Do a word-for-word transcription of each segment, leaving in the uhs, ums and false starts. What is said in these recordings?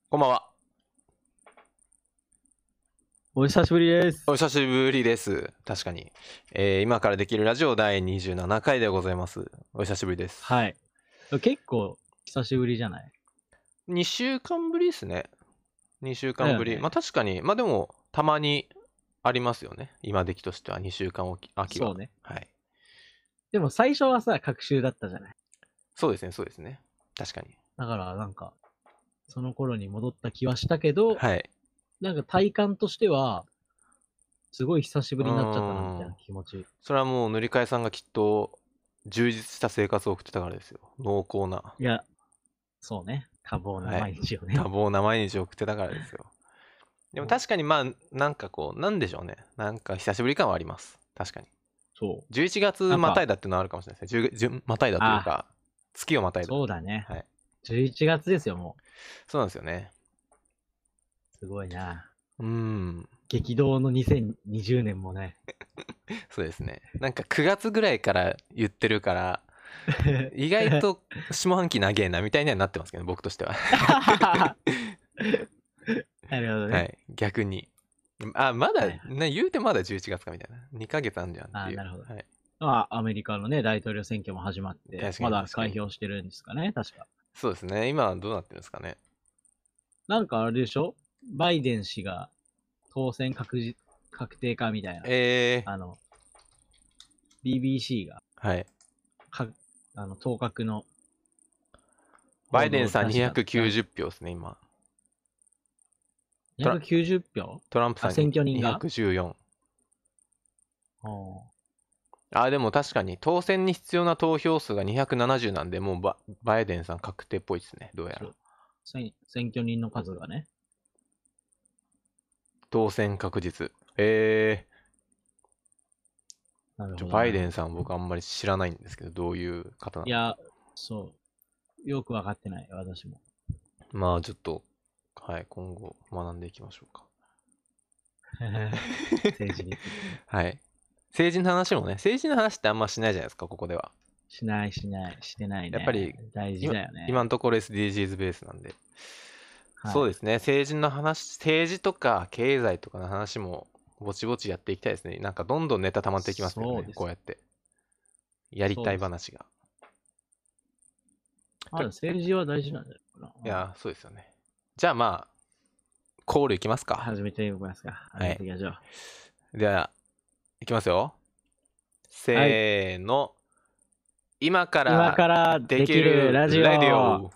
こんばんは。 お久しぶりです。 お久しぶりです。確かに。えー、今からできるラジオだいにじゅうななかいでございます。お久しぶりです。 はい。結構久しぶりじゃない？ にしゅうかんぶりですね。にしゅうかんぶり。 だよね。 まあ確かに、まあでも、たまにありますよね。今できとしてはにしゅうかんおき、秋は。 そうね。 はい。 でも最初はさ、隔週だったじゃない。 そうですね、そうですね。確かに。 だからなんか、その頃に戻った気はしたけど、 はい。 なんか体感としては、すごい久しぶうりになっちゃったな、みたいーん。 な気持ち。 それはもう塗り替えさんがきっと、充実した生活を送ってたからですよ。濃厚な。 いや、そうね。多忙なはい。 毎日をね。 多忙な毎日を送ってたからですよ。でも確かにまあ、なんかこう、なんでしょうね。なんか久しぶり感はあります。確かに。 そう。 じゅういちがつまたいだっていうのはあるかもしれないですね。じゅうまたいだというか、月をまたいだ。 そうだね。 はい。 じゅういちがつですよ、もそうなんですよね。 う。すごいな。 うーん。 激動のにせんにじゅうねんもね。 そうですね。なんかくがつぐらいから言ってるから、意外と下半期長えなみたいにはなってますけど、僕としては。 なるほどね。 はい。逆に。あ、まだ、 はいはいね、言うてまだじゅういちがつかみたいな。にかげつあんじゃんっていう。 あなるほど。 はい。 まあ、アメリカのね、大統領選挙も始まって確、かまだに確かに開票してるんですかね、確か。 そうですね。今はどうなってるんですかね。 なんかあれでしょバイデン氏が当選確実確定かみたいな。 えー、 あの、ビービーシー が、 はい。 か、あの、当確の報道をバイデンさん出した。 にひゃくきゅうじゅうぴょうですね、今。 にひゃくきゅうじゅうぴょうトランプさんあ、選挙人がにひゃくじゅうよん。 おあ、でも確かに当選に必要な投票数がにひゃくななじゅうなんで、もうババイデンさん確定っぽいですね、どうやら。 選選挙人の数がね。 当選確実。えー、ちょなるほど。 バイデンさん僕あんまり知らないんですけど、どういう方ないのか。 や、そう。よくわかってない、私も。 まあちょっと、はい、今後学んでいきましょうか。 政治について。 はい。政治の話もね、政治の話ってあんましないじゃないですか、ここでは。 しないしない、してないね。 やっぱり大事今だよね。 今のところ エスディージーズ ベースなんで。 はい、 そうですね、政治の話、政治とか経済とかの話もぼちぼちやっていきたいですね。なんかどんどんネタ溜まっていきますけどね、 そうです。 こうやって。やりたい話が。 まあ、政治は大事なんじゃないかな。 いや、そうですよね。じゃあまあ、コールいきますか。 始めていきますか。始めていきましょう。 では、いきますよ。せーの。今か今かららできできるるラジラジオ。 オ。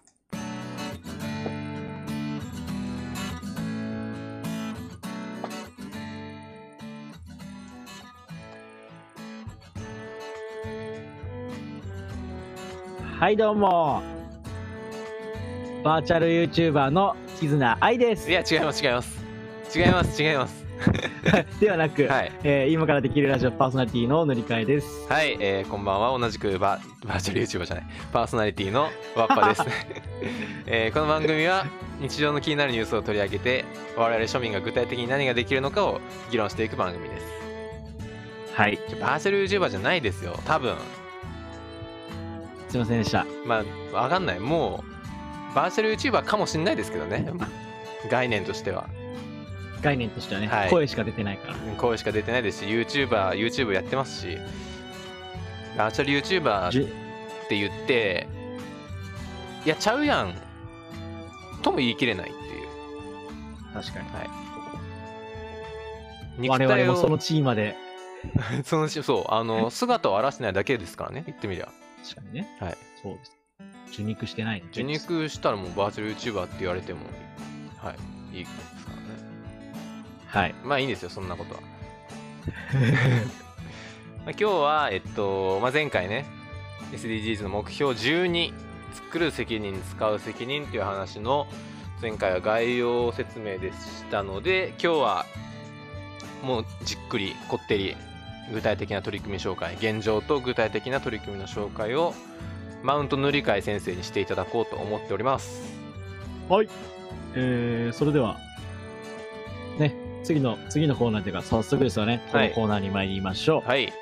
はい、どうも。バーチャル YouTuber の絆愛でいす。 や、違います、違います。違います、違います。 ではなく、 はい。 えー今からできるラジオパーソナリティの塗り替えです。 はい、えーこんばんは。同じくババーチャル YouTuber じゃない、パーソナリティのワッパです。えーこの番組は日常の気になるニュースを取り上げて、我々庶民が具体的に何ができるのかを議論していく番組です。 はい。 ちょバーチャル YouTuber じゃないですよ、多分。 すいませんでした。 まあ、わかんない。もう、バーチャル YouTuber かもしんないですけどね。概念としては。 概念としてはね、 はい声しか出てないから。 声しか出てないですし、YouTuber、YouTube やってますし、バーチャル YouTuber じゅって言って、いや、ちゃうやんとも言い切れないっていう。 確かに。 はい。 我々 肉体をもその地位まで、 そのそう、あの、姿を現してないだけですからね、言ってみりゃ。 確かにね。 はい。 そうです。受肉してないので受肉したらもうバーチャル YouTuber って言われても、はい、いいですからね。 はい。 まあいいんですよ、そんなことは。まあ今日は、えっと、まあ、前回ね、エスディージーズ の目標じゅうに、作る責任、使う責任っていう話の、前回は概要説明でしたので、今日は、もうじっくり、こってり、具体的な取り組み紹介、現状と具体的な取り組みの紹介を、マウント塗り替え先生にしていただこうと思っております。 はい。えー、それでは、ね、次の、次のコーナーというか、早速ですよね。こはいのコーナーに参りましょう。 はい。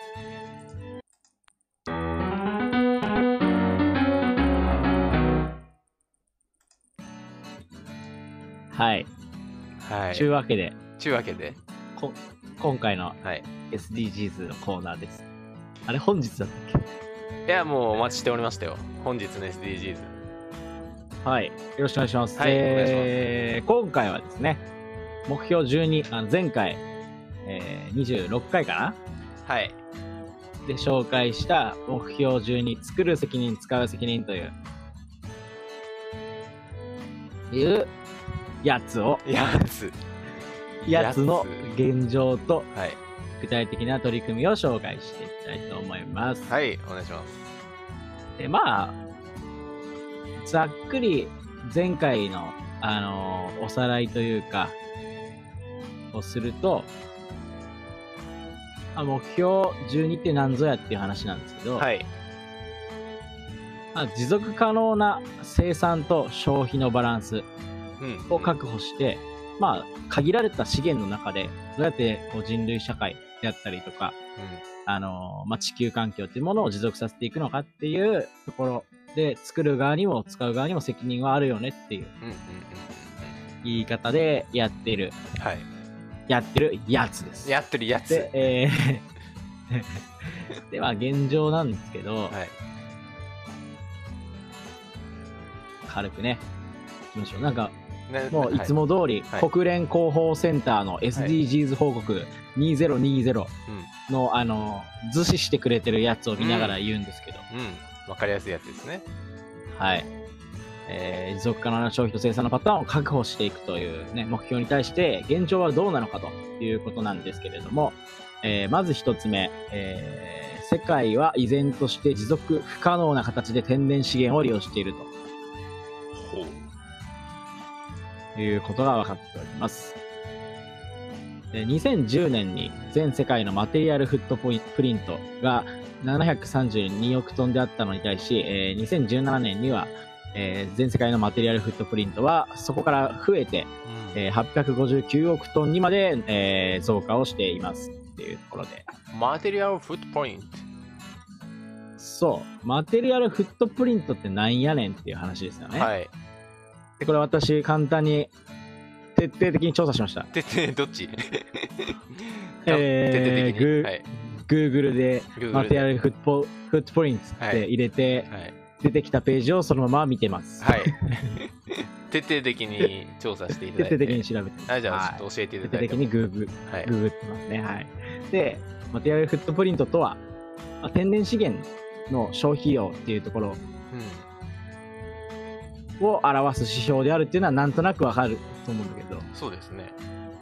はい。 はい。 ちゅうわけで、 ちゅうわけで、 こ今回のはい。 エスディージーズ のコーナーです。あれ、本日だったっいや、もうお待ちしておりましたよ。本日の エスディージーズ。 け？はい。よろしくお願いします。 はいえー今回はですね、目標じゅうに、あの前回、えーにじゅうろっかいかはい。 なで紹介した目標じゅうに、作る責任、使う責任という、いうやつを、 やつ。 やつの現状とはい。 具体的な取り組みを紹介していきたいと思います。 はい、お願いします。 で、まあ、ざっくり前回の、あのーおさらいというか、をすると、あ目標じゅうにって何ぞやっていう話なんですけど、 はい。 まあ、持続可能な生産と消費のバランスうん。 を確保して、まあ、限られた資源の中で、どうやってこう人類社会であったりとか、 うん。 あのーまあ、地球環境っていうものを持続させていくのかっていうところで、作る側にも使う側にも責任はあるよねっていううん。うん。うん。 言い方でやってる、 うん。はい。 やってるやつです。 やってるやつ。 で、えーで、まあ、現状なんですけど、 はい。 軽くね、いきましょう。なんか、 ねもういつも通り、 はい国連広報センターの エスディージーズ 報告にせんにじゅううん。 の、あの、図示してくれてるやつを見ながら言うんですけど、 うん。わかりやすいやつですね。 はい。えー持続可能な消費と生産のパターンを確保していくというね、目標に対して、現状はどうなのかということなんですけれども、えーまず一つ目、えー世界は依然として持続不可能な形で天然資源を利用しているほう。 ということが分かっております。でにせんじゅうねんに全世界のマテリアルフットプリントがななひゃくさんじゅうにおくトンであったのに対し、えーにせんじゅうななねんには、えー全世界のマテリアルフットプリントはそこから増えて、 うん。 えーはっぴゃくごじゅうきゅうおくトンにまで、えー増加をしていますっていうところで。 マテリアルフットポイント。 そう。マテリアルフットプリントってなんやねんっていう話ですよね。 はい。 で、これ私簡単に徹底的に調査しました。 てて、どっちえー徹底的に。 グーはい。 Google で Google でマテリアルフットフットプリントって入れて、 はい。 出てきたページをそのまま見てます。 はい。徹底的に調査していただいて。 徹底的に調べてます。 はい、じゃあ、 はいちょっと教えていた徹底だいても。 的にグーグはい。 ググってますね。はい。で、マテリアルフットプリントとは、まあ天然資源の消費量っていうところうを表す指標であるっていうのはなんとなくわかると思うんだけど、 ん。そうですね。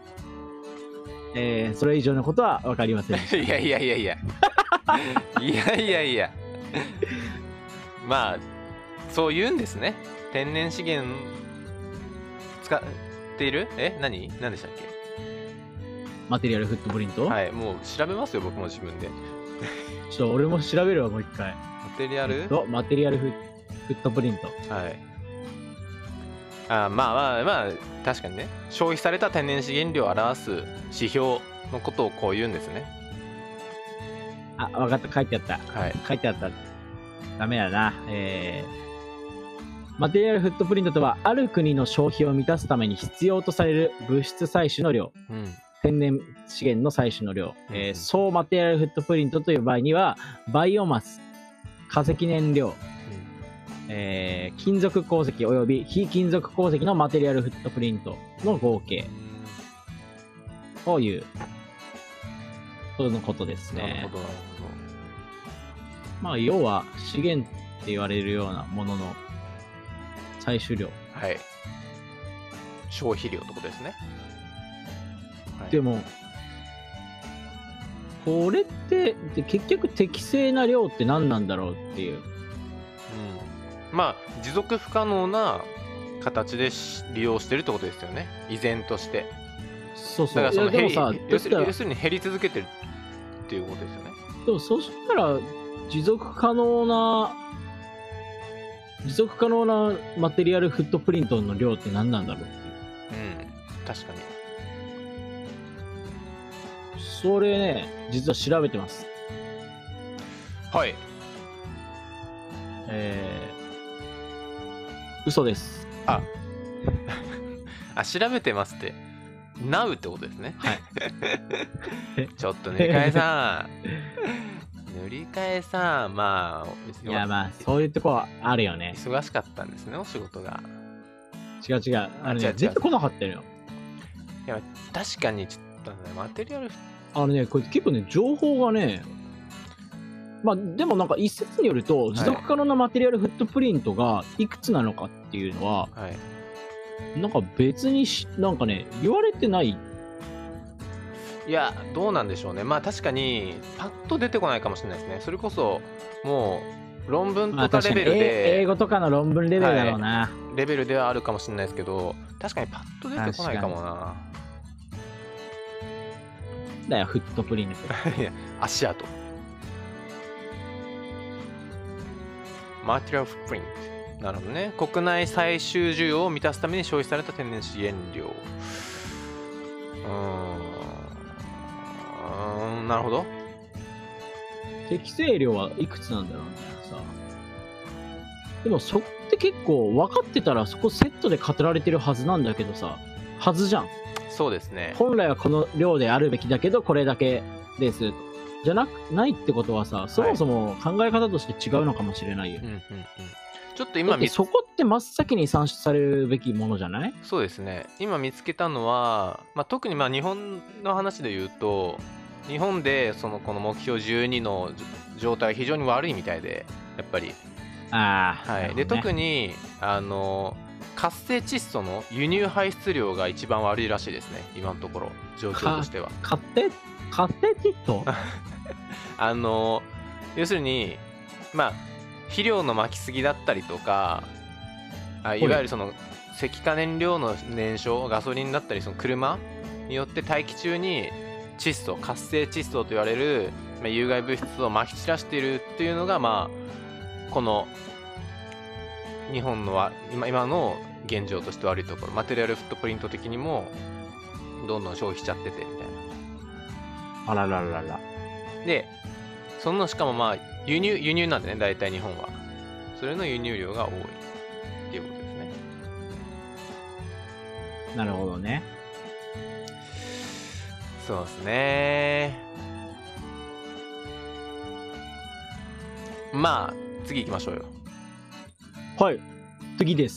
えー、それ以上のことはわかりませんでした。 いやいやいやいや。いやいやいや。まあ、そう言うんですね。天然資源使っているえ何何でしたっけ？ マテリアルフットプリント、 はい、もう調べますよ、僕も自分で。 ちょっと俺も調べるわ、もう一回。 マテリアル、 えっとマテリアルフッフットプリント。 はい。あまあまあまあ、確かにね。消費された天然資源量を表す指標のことをこう言うんですね。 あ、わかった、書いてあった。 はい。 書いてあった。ダメだな。えー、マテリアルフットプリントとは、ある国の消費を満たすために必要とされる物質採取の量、 うん。 天然資源の採取の量、 うんえー総マテリアルフットプリントという場合には、バイオマス、化石燃料、えー金属鉱石及び非金属鉱石のマテリアルフットプリントの合計をいう、とのことですなるねほ。ど、なるまあ、要は資源って言われるようなものの採取量。 ほど。はい。消費量ってことですね。はい、 でも、これって、で結局適正な量って何なんだろうっていう。 うん、まあ持続不可能な形でし利用してるってことですよね、依然として。 そうそう。 だからその減りいやでもさ、 要するだったら要するに減り続けてるっていうことですよね。 でもそしたら、持続可能な、持続可能なマテリアルフットプリントの量って何なんだろうっていう。 うん、確かに。 それね、実は調べてます。 はい。 えー、嘘です。 ああ、調べてますって。Now ってことですね。 はい。 ちょっと塗り替えさん。塗り替えさん、まあ、 いや、まあ、そういうとこはあるよね。 忙しかったんですね、お仕事が。 違う違う。あのね、 違う違う出てこなかったのよ。 いや、確かにちょっとね、マテリアル、 あのね、これ結構ね、情報がね、まあ、でもなんか一説によると、持続可能なマテリアルフットプリントがいくつなのかっていうのは、 はい、 なんか別にし、なんかね、言われてない。 いや、どうなんでしょうね。まあ確かに、パッと出てこないかもしれないですね。それこそ、もう、論文とかレベルで、 まあ、英語とかの論文レベルだろうな、 はい、レベルではあるかもしれないですけど、確かにパッと出てこないかもな。 だよ、フットプリント。 いや、足跡。マテリアルフットプリント。なるほどね。国内最終需要を満たすために消費された天然資源量。うーん、なるほど。 適正量はいくつなんだろうみたいなさ。でもそこって結構分かってたらそこセットで語られてるはずなんだけどさ、はずじゃん。 そうですね。 本来はこの量であるべきだけどこれだけですじゃなくないってことはさ、そもそも考え方として違うのかもしれないよ。 うんうんうん。ちょっと今見つそこって真っ先に算出されるべきものじゃない？ そうですね。今見つけたのは、まあ、特にまあ日本の話で言うと、日本でそのこの目標じゅうにの状態は非常に悪いみたいで、やっぱり。 ああ、 はい。 ね、 で、特にあの活性窒素の輸入排出量が一番悪いらしいですね。今のところ状況としては。 活性活性窒素あの要するにまあ肥料の撒きすぎだったりとか、あいわゆるその石化燃料の燃焼、ガソリンだったりその車によって大気中に窒素、活性窒素と言われる、まあ、有害物質を撒き散らしているっていうのが、まあ、この日本のは 今, 今の現状として悪いところ、マテリアルフットプリント的にもどんどん消費しちゃっててみたいな。 あらららら。 でそのしかもまあ輸入輸入なんでね、大体日本はそれの輸入量が多いっていうことですね。 なるほどね。 そうですね。まあ次行きましょうよ。 はい、次です。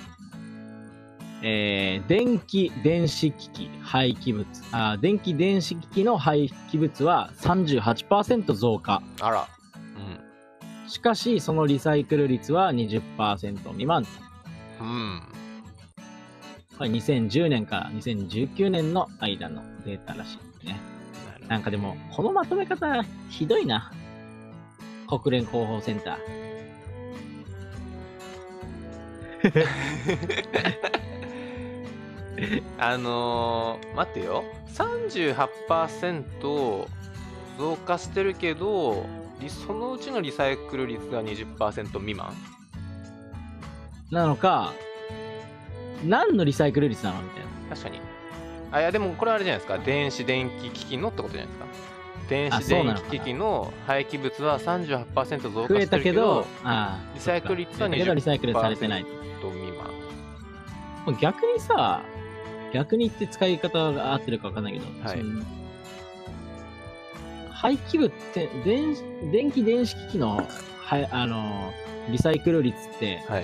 えー、電気電子機器廃棄物あ電気電子機器の廃棄物は さんじゅうはちパーセント 増加。 あら、 うん、しかしそのリサイクル率は にじゅっパーセント 未満。 うん、 これにせんじゅうねんからにせんじゅうきゅうねんの間のデータらしいね。な, なんかでもこのまとめ方ひどいな。国連広報センターあのー、待ってよ、さんじゅうはちパーセント 増加してるけどそのうちのリサイクル率が にじゅっパーセント 未満なのか、何のリサイクル率なのみたいな。 確かに。あ、いやでもこれあれじゃないですか、電子電気機器のってことじゃないですか。電子電気機器の廃棄物は さんじゅうはちパーセント 増加してるけど、 あリサイクル率は にじゅっパーセントリサイクルされてない未満。 逆にさ、逆にって使い方が合ってるか分かんないけど、 はい、 廃棄物って電電気電子機器の、はい、あのリサイクル率って、はい、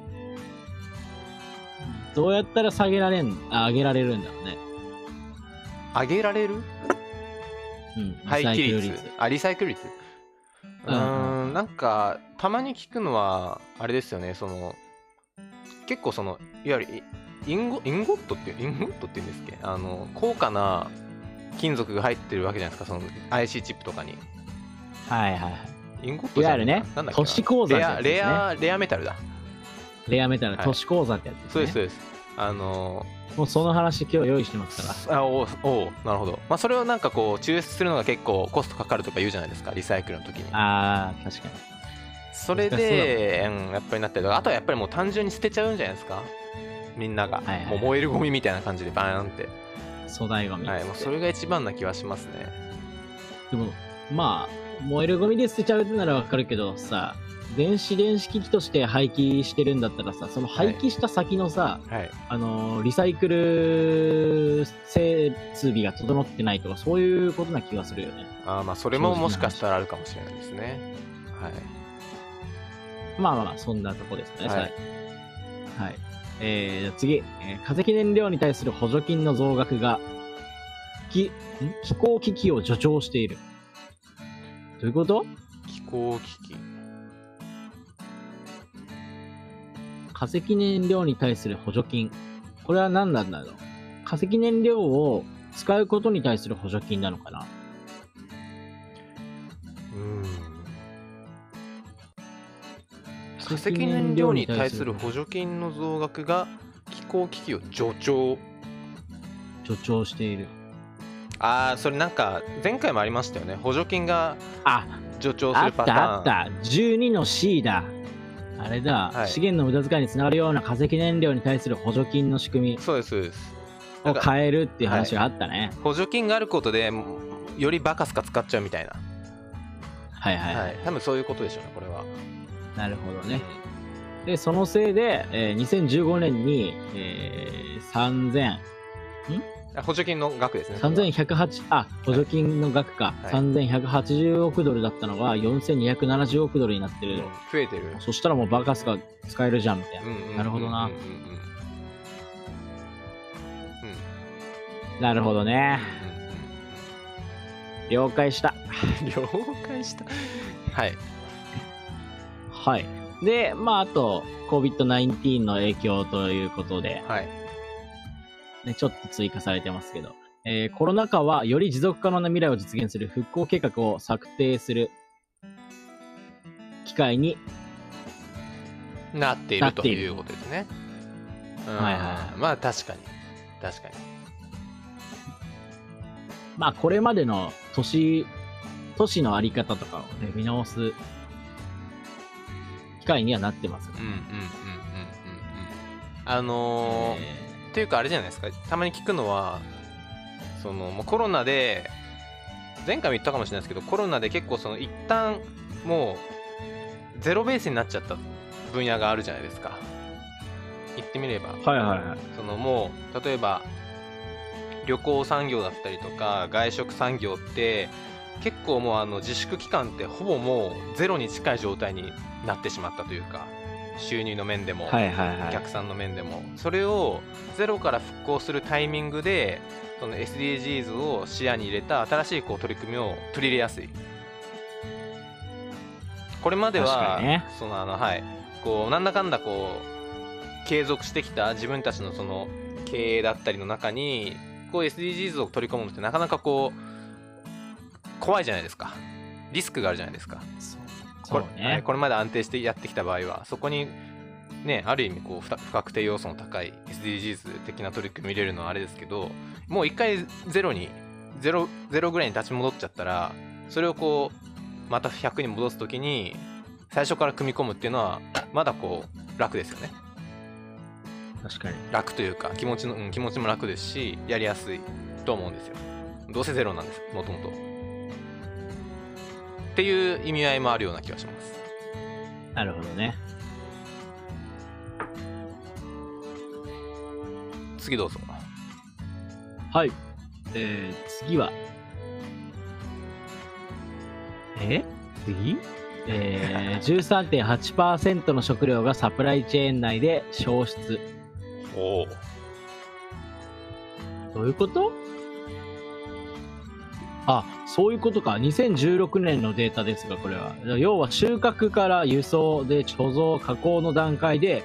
どうやったら下げられんあ上げられるんだろうね。 上げられる？ うん、 廃棄率。あ、リサイクル率。うーん、なんかたまに聞くのはあれですよね。その結構そのいわゆるインゴインゴットってインゴットって言うんですっけ？あの高価な金属が入ってるわけじゃないですか。その アイシー チップとかに。 はいはい。 インゴットじゃない。 いわゆるね、都市鉱山ってやつですね。 レアレアメタルだ。 レアメタル、都市鉱山ってやつですね。 そうですそうです。あのもうその話今日用意してますから。 あおおなるほど。まあそれをなんかこう抽出するのが結構コストかかるとか言うじゃないですか、リサイクルの時に。 ああ確かに。 それで、うん、やっぱりなったりとか、あとはやっぱりもう単純に捨てちゃうんじゃないですか、みんなが、はいはい、もう燃えるゴミみたいな感じでバーンって。 粗大ゴミ。 はい、もうそれが一番な気はしますね。 でもまあ燃えるゴミで捨てちゃうってならわかるけどさ、 電子電子機器として廃棄してるんだったらさ、その廃棄した先のさ、 はい、 あのー、リサイクル設備が整ってないとか、そういうことな気がするよね。 あまあそれももしかしたらあるかもしれないですね。はい。 まあまあまあ、そんなとこですね。 はい。 はい。えー、じゃあ次、えー、化石燃料に対する補助金の増額が、気、ん気候危機を助長している。どういうこと？ 気候危機。 化石燃料に対する補助金。これは何なんだろう。化石燃料を使うことに対する補助金なのかな。 うーん。化石燃料に対する補助金の増額が気候危機を助長。 助長している。 ああ、それなんか前回もありましたよね。補助金があ、 助長するパターン。 あったあった。じゅうにの シー だ。あれだ、 はい、 資源の無駄遣いにつながるような化石燃料に対する補助金の仕組み。 そうです、そうです。 を変えるっていう話があったね。 はい、補助金があることでよりバカスカ使っちゃうみたいな。 はいはいはい。はい、 多分そういうことでしょうね、これは。 なるほどね。うん、で、そのせいで、えー、にせんじゅうごねんに、えー、さんぜん、ん補助金の額ですね。 さんぜんひゃくはち、あ、補助金の額か。はい、さんぜんひゃくはちじゅうおくドルだったのがよんせんにひゃくななじゅうおくドルになってる。うん、 増えてる。 そしたらもうバカスカ使えるじゃんみたいな。うんうんうんうん、なるほどな。なるほどね。うん、了解した。 了解した。はい。 はい。で、まあ、あと、コビッドナインティーン の影響ということで、 はい。 ね、ちょっと追加されてますけど、えー、コロナ禍はより持続可能な未来を実現する復興計画を策定する機会になっているということですね。 はいはい。 まあ、確かに。確かに。 まあ、これまでの都市、都市のあり方とかをね、見直す機会にはなってますよね。うんうんうんうんうんうん。 あのー、えー、っていうかあれじゃないですか、たまに聞くのは、その、もうコロナで、前回も言ったかもしれないですけど、コロナで結構その一旦もうゼロベースになっちゃった分野があるじゃないですか。言ってみれば。 はいはいはい。 そのもう、例えば、旅行産業だったりとか外食産業って結構もうあの自粛期間ってほぼもうゼロに近い状態になってしまったというか、収入の面でも、はいはいはい、お客さんの面でもそれをゼロから復興するタイミングでその エスディージーズ を視野に入れた新しいこう取り組みを取り入れやすい。これまでは、ね、そのあのはいこうなんだかんだこう継続してきた自分たちのその経営だったりの中にこう エスディージーズ を取り込むのってなかなかこう怖いじゃないですか。リスクがあるじゃないですか。 そうね、 これ、これまで安定してやってきた場合はそこにねある意味こう不確定要素の高い エスディージーズ 的な取り組み入れるのはあれですけど、もう一回ゼロにゼロゼロぐらいに立ち戻っちゃったらそれをこうまたひゃくに戻すときに最初から組み込むっていうのはまだこう楽ですよね。 確かに楽というか気持ちの、うん、気持ちも楽ですしやりやすいと思うんですよ。どうせゼロなんですもともとっていう意味合いもあるような気がします。 なるほどね。 次どうぞ。 はい、えー、次はえ次えー、じゅうさんてんはちパーセント の食料がサプライチェーン内で消失。 おお。 どういうこと？あ、そういうことか。にせんじゅうろくねんのデータですが、これは。要は収穫から輸送で貯蔵、加工の段階で、はい、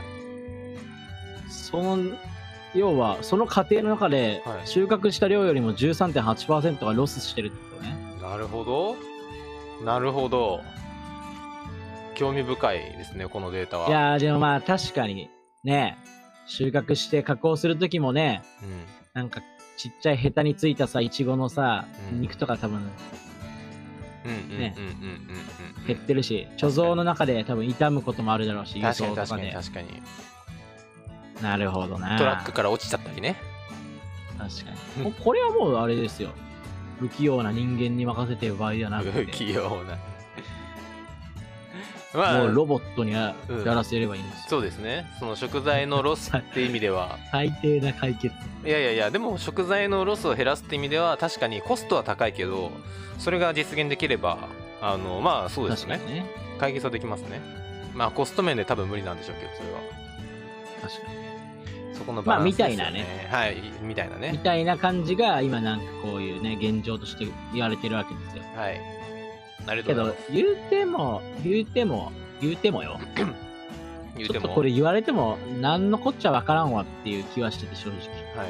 その、要はその過程の中で収穫した量よりも じゅうさんてんはちパーセント がロスしてるってことね。 なるほど。なるほど。興味深いですね、このデータは。 いやー、でもまあ確かにね、収穫して加工するときもね、うん、なんかちっちゃいヘタについたさ、イチゴのさ、うん、肉とか多分、ね、減ってるし、貯蔵の中で多分傷むこともあるだろうし、輸送とかで。確かに確かに確かに。なるほどな。 トラックから落ちちゃったりね。 確かに。これはもうあれですよ。不器用な人間に任せてる場合ではなくて。 不器用な。 まあもうロボットにやうんやらせればいいんですよ。 そうですね。その食材のロスって意味では最低な解決。 いやいやいやでも食材のロスを減らすって意味では確かにコストは高いけどそれが実現できればあのまあそうですね確かにね。 解決はできますね。まあコスト面で多分無理なんでしょうけどそれは確かに。 そこのバランスですよね。 まあみたいなねはいみたいなみね。 たいな感じが今なんかこういうね、現状として言われてるわけですよ。 はい。ありがけどとうございます。 言うても、言うても、言うてもよ。 言うてもちょっとこれ言われても何のこっちゃわからんわっていう気はしてて正直。 はい。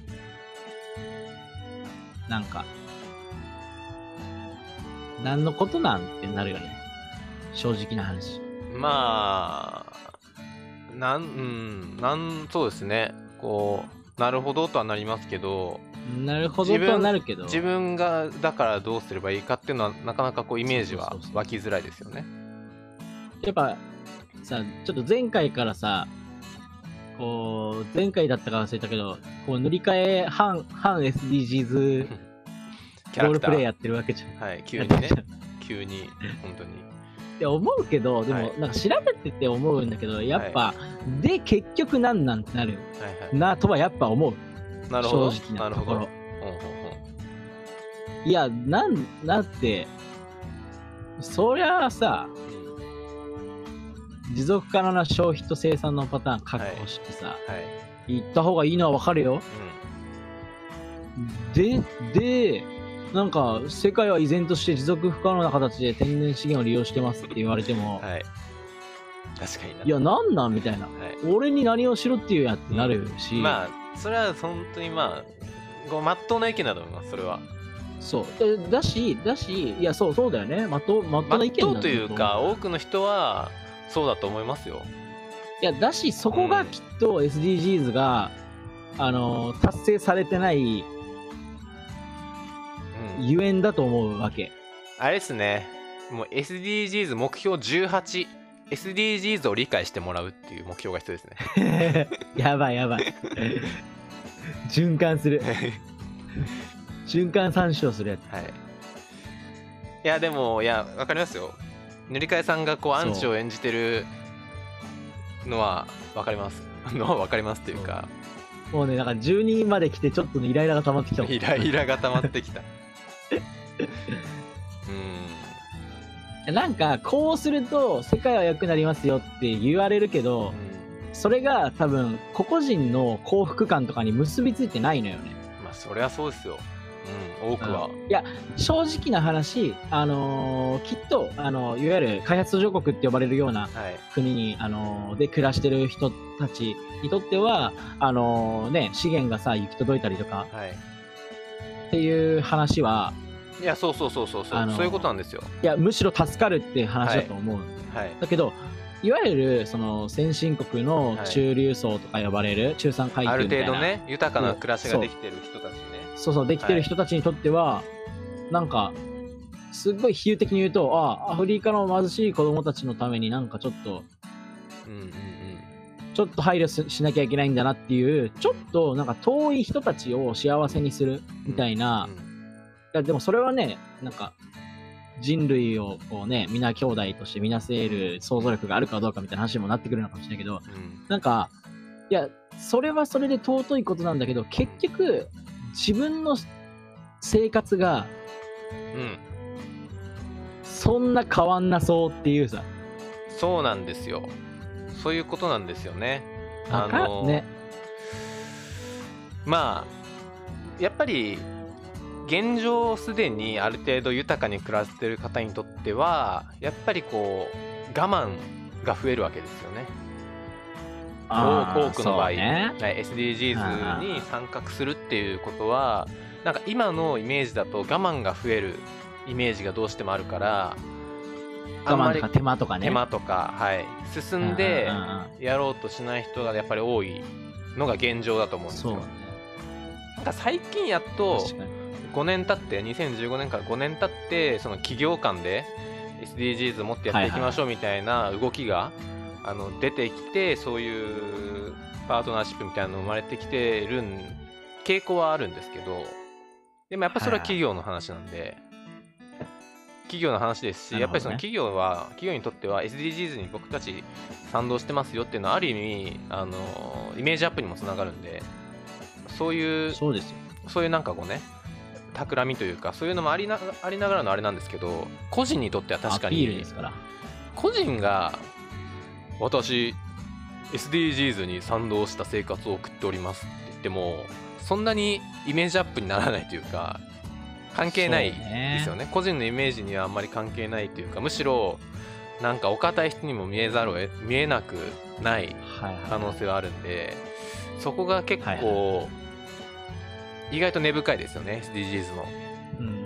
なんか、何のことなんってなるよね。正直な話。 まあなんうんなんそうですねこうなるほどとはなりますけどなるほどとはなるけど。 自分がだからどうすればいいかっていうのはなかなかこうイメージはそうそうそうそう湧きづらいですよね。 やっぱさ、ちょっと前回からさ、こう、前回だったか忘れたけど、こう塗り替え反、反 エスディージーズキャラクターロールプレイやってるわけじゃん。 はい急にね急に本当にって思うけど、でも、 はいなんか調べてて思うんだけど、やっぱ、で、結局なんなんてなるはいはいなとはやっぱ思う。 なるほど正直ななるほどところ。 ほんほんほんいや、なん、だって、そりゃあさ、持続可能な消費と生産のパターン確保してさ、 はい行った方がいいのはわかるよ。で、で、なんか、世界は依然として持続不可能な形で天然資源を利用してますって言われても、 うんはい確かにないや、なんなんみたいな。 はい俺に何をしろっていうやってなるし、 まあそれは本当にまあごまっとうな意見だと思いますそれは。 そう。でだし、だし、いや、そう、そうだよね。まっとう、まっとまっうな意見だとうというか思多くの人はそうだと思いますよ。 いや、だし、そこがきっと エスディージーズ が、あのー、達成されてないうん、 ゆえんだと思うわけ。 あれですねもう エスディージーズ 目標じゅうはち エスディージーズ を理解してもらうっていう目標が必要ですね。 やばいやばい。循環する。循環参照するやつ。 はい。いやでもいやわかりますよ。塗り替えさんがこうアンチを演じてるのはわかります。のはわかりますっていうか。 もうね、なんかじゅうにんまで来てちょっとね、イライラが溜まってきたもん。 イライラが溜まってきた。うなんか、こうすると世界は良くなりますよって言われるけーん。 ど、 うんそれが多分、個々人の幸福感とかに結びついてないのよね。 まあそりゃそうですよ。うん多くは。 いや、正直な話、あのーきっと、あのいわゆる開発途上国って呼ばれるようなはい。 国に、あのーで暮らしてる人たちにとっては、あのーね、資源がさ、行き届いたりとかはい。 っていう話は、 いやそうそうそうそうそう、 あのーそういうことなんですよ。 いや、むしろ助かるって話だと思う。 はい。 だけど、いわゆる、その、先進国の中流層とか呼ばれる、中産階級あるみたいな。 程度ね豊かな暮らしができてる人たちね。 そうそう、できてる人たちにとっては、なんか、すっごい比喩的に言うと、ああ、アフリカの貧しい子供たちのためになんかちょっと、 うんうんうん。 ちょっと配慮ししなきゃいけないんだなっていう、ちょっとなんか遠い人たちを幸せにするみたいな、いうんやでもそれはね、なんか、人類をこうね、皆兄弟として見なせる想像力があるかどうかみたいな話にもなってくるのかもしれないけど、 うんなんか、いや、それはそれで尊いことなんだけど、結局、自分の生活がうんそんな変わんなそうっていうさ、 そうなんですよ。そういうことなんですよね。 わかのーね。 まあやっぱり現状すでにある程度豊かに暮らしてる方にとってはやっぱりこう我慢が増えるわけですよね。 あー多くの場合、 そうねはい エスディージーズ に参画するっていうことはなんか今のイメージだと我慢が増えるイメージがどうしてもあるからあんまり我慢とか手間とかね。 手間とか、はい、進んでうんうんうんうんやろうとしない人がやっぱり多いのが現状だと思うんですよ。 そうね。 なんか最近やっと確かに。 ごねん経ってにせんじゅうごねんからごねん経ってその企業間で エスディージーズ もってやっていきましょうみたいな動きがあの出てきてそういうパートナーシップみたいなの生まれてきてるん傾向はあるんですけどでもやっぱそれは企業の話なんで企業の話ですし、やっぱりそのなるほどね。 企業は企業にとっては エスディージーズ に僕たち賛同してますよっていうのはある意味あのイメージアップにもつながるんで、そういうそうですよ。 そういうなんかこうね企みというかそういうのもありなありながらのあれなんですけど、個人にとっては確かアピールにですから。 個人が私 エスディージーズ に賛同した生活を送っておりますって言ってもそんなにイメージアップにならないというか関係ないですよね。個人のイメージにはあんまり関係ないというか、むしろなんかお堅い人にも見えざるを得見えなくない可能性はあるんで、そこが結構意外と根深いですよね エスディージーズ の。 うんうん。 うん。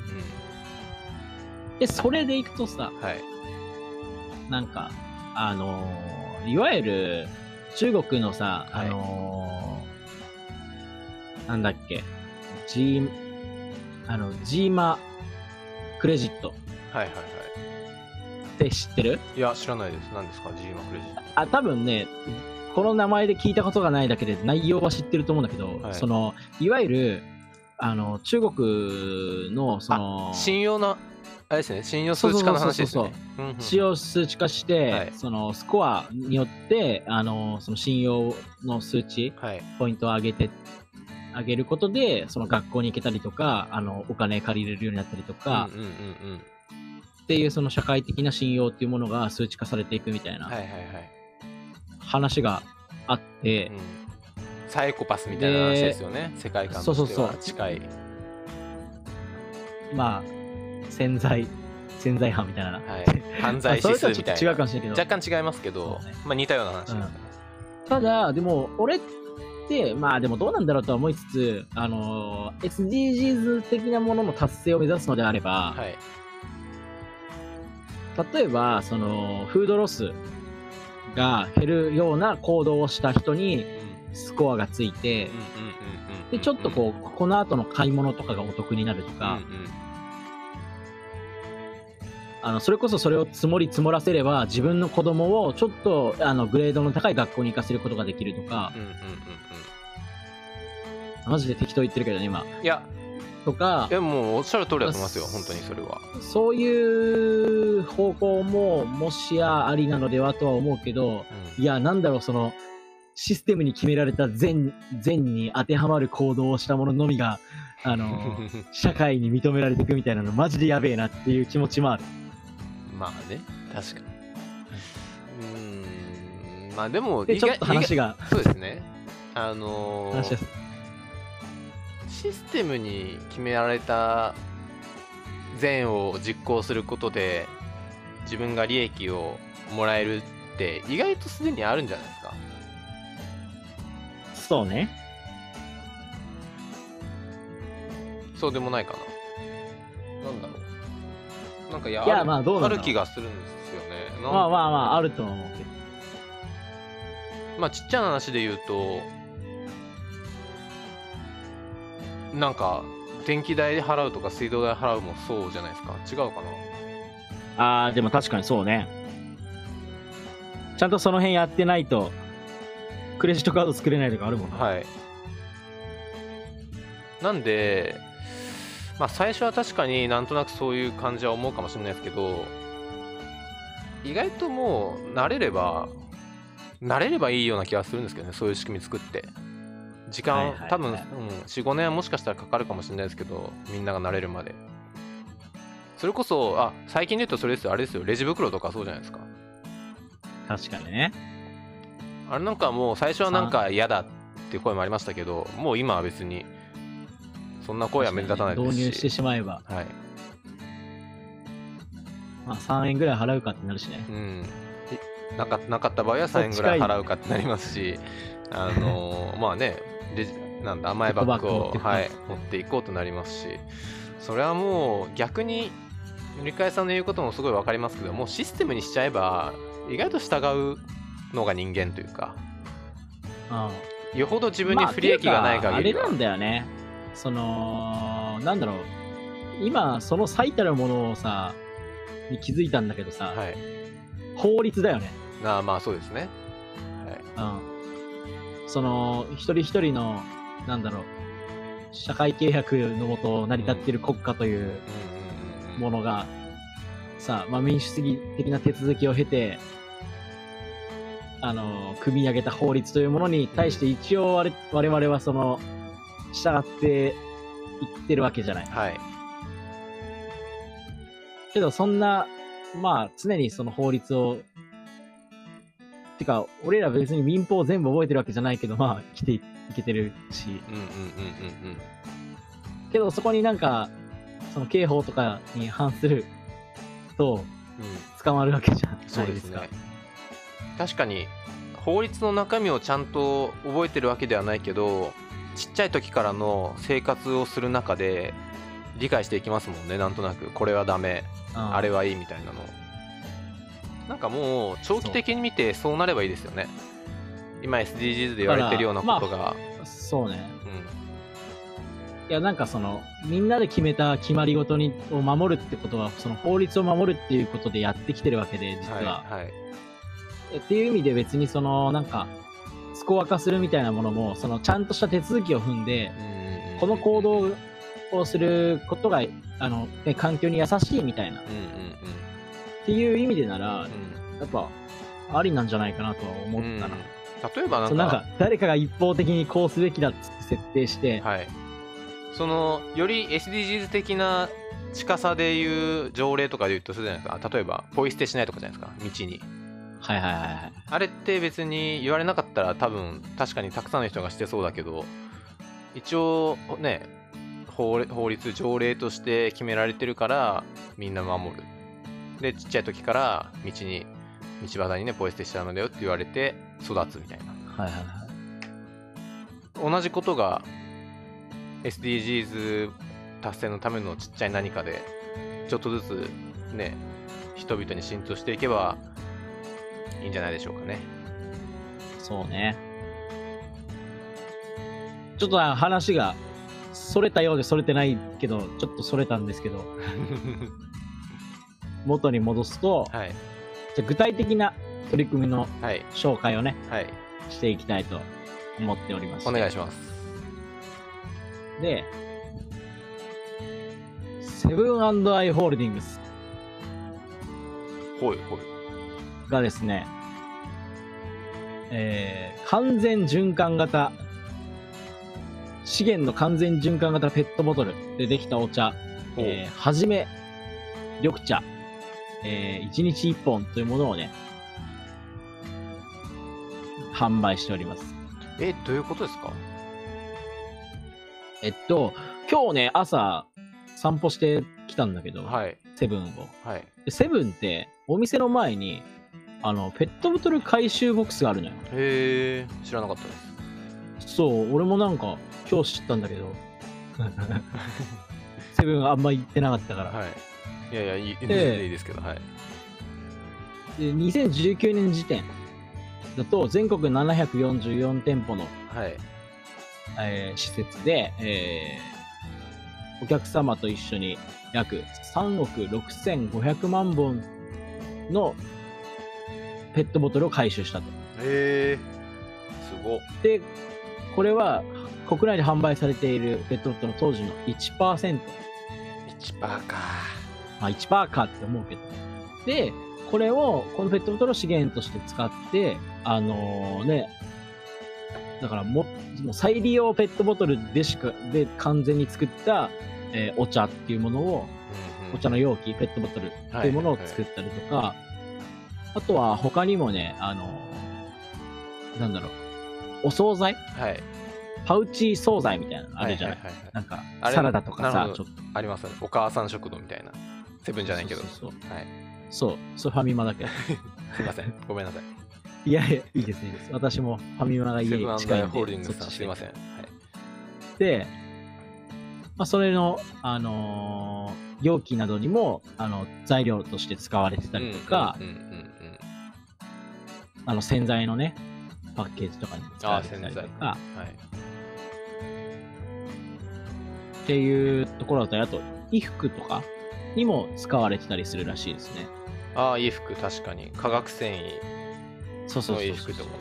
で、それでいくとさ、 はい。 なんか、あのーいわゆる中国のさ、 はいあのーなんだっけ、G、あの、ジーマクレジットはいはいはって知ってる？ い。いや知らないです。何ですか G マクレジット。 あ、多分ね、この名前で聞いたことがないだけで内容は知ってると思うんだけど、 はいその、いわゆる、あの、中国の、その、 信用のあれですね、信用数値化の話ですね。うんうん使用数値化して、 はいそのスコアによってあのその信用の数値はいポイントを上げて上げることでその学校に行けたりとかあのお金借りれるようになったりとか、 うんうんうんうん。 っていうその社会的な信用っていうものが数値化されていくみたいなはいはいはい。 話があって、 うん、サイコパスみたいな話ですよね。世界観としては近い。 まあ潜在潜在犯みたいな、 はい、犯罪指数みたいな。 まあそれとはちょっと違うかもしれないけど若干違いますけど、 そうねまあ似たような話です、ねうん、ただでも俺ってまあでもどうなんだろうとは思いつつあの エスディージーズ 的なものの達成を目指すのであれば、 はい、 例えばそのフードロスが減るような行動をした人にスコアがついて、でちょっとこうこの後の買い物とかがお得になるとか、 うんうん、 あのそれこそそれを積もり積もらせれば自分の子供をちょっとあのグレードの高い学校に行かせることができるとか、 うんうんうんうん、マジで適当言ってるけどね今。 いやとかでもおっしゃる通りだと思いますよ、本当にそれは。 そういう方向ももしやありなのではとは思うけど、うん、いやなんだろうそのシステムに決められた善善に当てはまる行動をしたもののみがあの社会に認められていくみたいなのマジでやべえなっていう気持ちもある。 まあね、確かに。うーん、まあでもでちょっと話がそうですね。あのー、 話ですシステムに決められた善を実行することで自分が利益をもらえるって意外とすでにあるんじゃないですか。 そうね。 そうでもないかな。なんだろう。なんかや、 いやまあどうなんだろう。 ある気がするんですよね。 まあまあまああると思うけど。 まあちっちゃな話で言うと、なんか電気代払うとか水道代払うもそうじゃないですか。違うかな。ああでも確かにそうね。ちゃんとその辺やってないとクレジットカード作れないとかあるもんね。 はい。なんでまあ最初は確かになんとなくそういう感じは思うかもしれないですけど、意外ともう慣れれば慣れればいいような気がするんですけどね、そういう仕組み作って。時間、はいはいはい、多分、うん、よん、ごねんはもしかしたらかかるかもしれないですけど、みんなが慣れるまで。それこそ、あ、最近で言うとそれですよ、あれですよ、レジ袋とかそうじゃないですか。 確かにね。 あれなんかもう最初はなんか嫌だっていう声もありましたけど、もう今は別に、そんな声は目立たないですし。 導入してしまえば。 はい。 まあさんえんぐらい払うかってなるしね。 うん。なか、なかった場合はさんえんぐらい払うかってなりますし、あのー、まあね、レジなんだ甘いバッグを、はい、持っていこうとなりますし、それはもう逆に塗替さんの言うこともすごい分かりますけど、もうシステムにしちゃえば意外と従うのが人間というか、うん、よほど自分に不利益がない限りは、 まあ、あれなんだよね。そのなんだろう、今その最たるものをさに気づいたんだけどさ、はい、法律だよね。 ああまあそうですね。 はい。うん。その一人一人のなんだろう社会契約のもと成り立っている国家というものがさ、まあ、民主主義的な手続きを経て、あの、組み上げた法律というものに対して一応我我々はその、従っていってるわけじゃない。 はい。 けど、そんな、まあ、常にその法律を、てか、俺ら別に民法を全部覚えてるわけじゃないけど、まあ、生きていけてるし。 うんうんうんうんうん。 けど、そこになんか、その刑法とかに反すると、 うん、 捕まるわけじゃないですか。 そうですね。確かに、法律の中身をちゃんと覚えてるわけではないけど、ちっちゃい時からの生活をする中で理解していきますもんね。なんとなくこれはダメ、あれはいいみたいなの。なんかもう長期的に見てそうなればいいですよね。今 エスディージーズ で言われてるようなことが、 まあ、そうね、 うん、 いやなんかそのみんなで決めた決まりごとにを守るってことはその法律を守るっていうことでやってきてるわけで実は、 はいはい、 っていう意味で別にそのなんかスコア化するみたいなものもそのちゃんとした手続きを踏んで、うん、この行動をすることがあの、ね、環境に優しいみたいな、うんうんうん、っていう意味でなら、うん、やっぱありなんじゃないかなとは思ったな、うん、 例えばなんか、 なんか誰かが一方的にこうすべきだって設定して、 はい、そのより エスディージーズ 的な近さでいう条例とかで言うとするじゃないですか。例えばポイ捨てしないとかじゃないですか、道に。 はいはいはいはい。 あれって別に言われなかったら多分確かにたくさんの人がしてそうだけど、一応ね、法、法律条例として決められてるからみんな守る。でちっちゃい時から道に道端にねポイ捨てしちゃうんだよって言われて育つみたいな。 はいはいはい。 同じことが エスディージーズ 達成のためのちっちゃい何かでちょっとずつね人々に浸透していけばいいんじゃないでしょうかね。 そうね。ちょっと話がそれたようでそれてないけど、ちょっとそれたんですけど元に戻すと、はい、じゃ具体的な取り組みの紹介をね、はい、していきたいと思っております。 お願いします。 で、セブン&アイ・ホールディングスほいほいがですね、えー、完全循環型資源の完全循環型ペットボトルでできたお茶、えー、はじめ緑茶、えー、いちにちいっぽんというものをね販売しております。 え、どういうことですか？ えっと今日ね朝散歩してきたんだけど、はい、セブンを、はい、セブンってお店の前にあのペットボトル回収ボックスがあるのよ。 へえ、知らなかったです。 そう、俺もなんか今日知ったんだけどセブンあんま行ってなかったから、はい、 いやいやいい、全然いいですけど、はい。 でにせんじゅうきゅうねん時点だと全国ななひゃくよんじゅうよんてんぽの、はいえー、施設で、えー、お客様と一緒に約さんおくろくせんごひゃくまんぼんのペットボトルを回収したと。 へー、すごっ。 で、これは国内で販売されているペットボトルの当時の いちパーセント。 いちパーセント か。 まあ いちパーセント かって思うけど。で、これを、このペットボトルを資源として使って、あのー、ね、だからも、もう再利用ペットボトルでしか、で完全に作った、えー、お茶っていうものを、うんうん、お茶の容器、ペットボトルっていうものを作ったりとか、はいはい、あとは他にもね、あのー、なんだろう、お惣菜、はい、パウチ惣菜みたいなのあるじゃない、はいはいはいはい、なんかサラダとかさ、ちょっとありますよね。お母さん食堂みたいな。セブンじゃないけど。 そうそうそう、 はい、 そう、それファミマだけど。 すいません、ごめんなさい。 いやいや、いいです、いいです。私もファミマが家に近いんで。 ホールディングスさん、すいません。はい、 で、まあ、それの、あのー、容器などにもあの材料として使われてたりとか、あの洗剤のね、パッケージとかに使われてたりとか、はい、っていうところだったり、あと衣服とかにも使われてたりするらしいですね。 ああ、衣服、確かに化学繊維の衣服とかですね。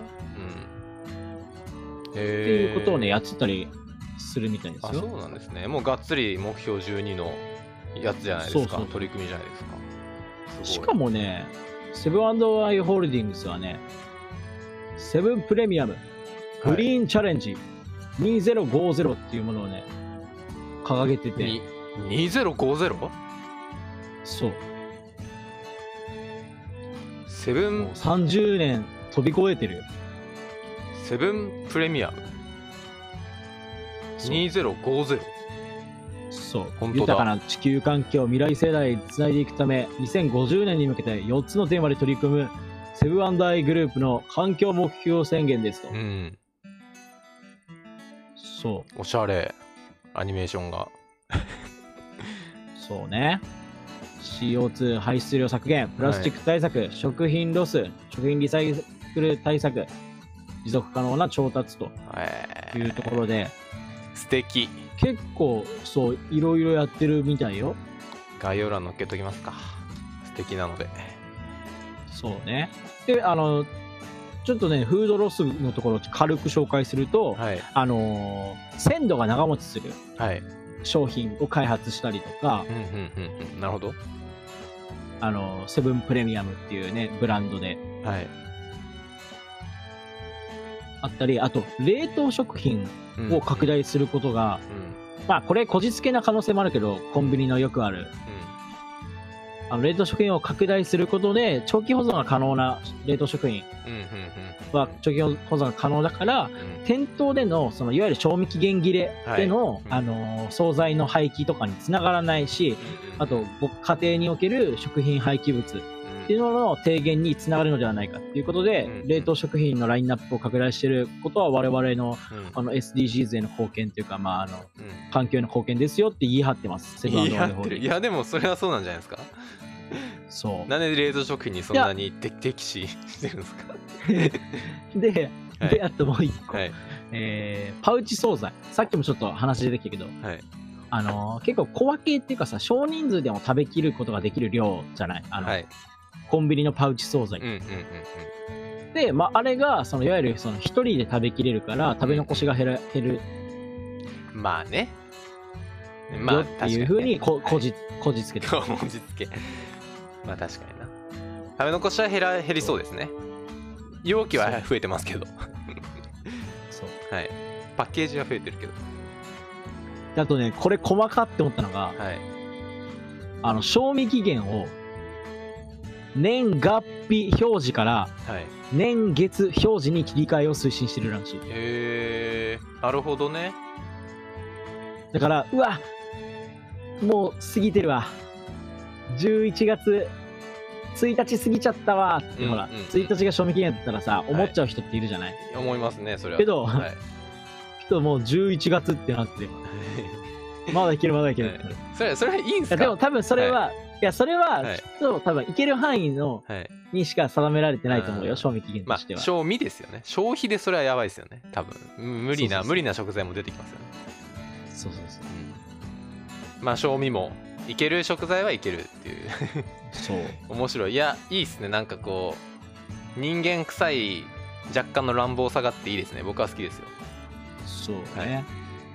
うん、っていうことをねやってたりするみたいですよ。 あ、そうなんですね。もうがっつり目標じゅうにのやつじゃないですか。そうそう、取り組みじゃないですか。 すしかもね、セブン&アイ・ホールディングスはね、セブンプレミアムグリーンチャレンジにせんごじゅうっていうものをね、掲げてて。 ににせんごじゅう？ そう。 セブン、 さんじゅうねん飛び越えてるよ。 セブンプレミアムにせんごじゅう。 そう。 本当だ。 豊かな地球環境を未来世代につないでいくため、にせんごじゅうねんに向けてよっつのテーマで取り組むセブン&アイグループの環境目標宣言ですと。 うん。 そう。 おしゃれ。アニメーションが。 そうね。シーオーツー 排出量削減、プラスチック対策、はい、食品ロス、食品リサイクル対策、持続可能な調達というところで、 えー、素敵。 結構そういろいろやってるみたいよ。 概要欄載っけときますか。素敵なので。 そうね。で、あのちょっとね、フードロスのところを軽く紹介すると、はい、あのー、鮮度が長持ちする商品を開発したりとか、 なるほど。 あのー、セブンプレミアムっていうね、ブランドで、 はい、 あったり、あと、冷凍食品を拡大することが、うんうん、まあ、これ、こじつけな可能性もあるけど、コンビニのよくある、うんあの冷凍食品を拡大することで長期保存が可能な冷凍食品は長期保存が可能だから、うん、店頭でのそのいわゆる賞味期限切れでの、はい、あの惣菜の廃棄とかにつながらないし、うん、あと家庭における食品廃棄物っていうのの低減につながるのではないかということで、うん、冷凍食品のラインナップを拡大していることは我々の、うん、あの エスディージーズ への貢献というか、まああのうん、環境への貢献ですよって言い張ってます。セブン&アイホールディングス。 いやでもそれはそうなんじゃないですか。 そう。 なんで冷凍食品にそんなに敵視してるんですか。 で、 はい、 であともう一個、 はいえー、パウチ惣菜。さっきもちょっと話出てきたけど、 はい、 あのー、結構小分けっていうかさ、少人数でも食べきることができる量じゃない。あの、はい、コンビニのパウチ惣菜。うんうんうんうん、で、まあ、あれがそのいわゆるその一人で食べきれるから食べ残しが減る。減るまあね。まあっていう風にこ、こじ、こじつけてこじつけ。まあ確かにな。食べ残しは減ら減りそうですね。容器は増えてますけど。 そう。 はい。パッケージは増えてるけど。 あとね、これ細かって思ったのが、はい、あの賞味期限を年月日表示から年月表示に切り替えを推進してるらしい。 へー、なるほどね。 だからうわもう過ぎてるわ。じゅういちがつついたち過ぎちゃったわって、うん、ほら、うん、ついたちが賞味期限だったらさ、はい、思っちゃう人っているじゃない。 思いますね、それは。 けど、 はい、 人もうじゅういちがつってなってまだいけるまだいける、はい、 それそれはいいんすか。 でも多分それは、はい、いやそれはきっと多分いける範囲の、はい、にしか定められてないと思うよ、賞味期限としては。 まあ、賞味ですよね。消費でそれはやばいですよね、多分。無理なそうそうそう無理な食材も出てきますよね。 そうそうそう、 うん、まあ賞味もいける食材はいけるっていうそう面白い。いやいいっすね。なんかこう人間臭い若干の乱暴さがあっていいですね。僕は好きですよ。 そうね、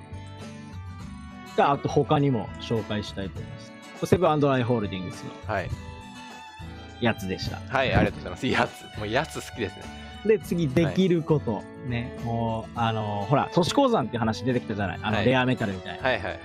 はい、あと他にも紹介したいと思います。セブン&アイホールディングスのやつでした。 はい、はい、ありがとうございます。やつもうやつ好きですね。 で次できること、はい、ね、もうあのー、ほら都市鉱山っていう話出てきたじゃない。あの、はい、レアメタルみたいな。 はいはいはい。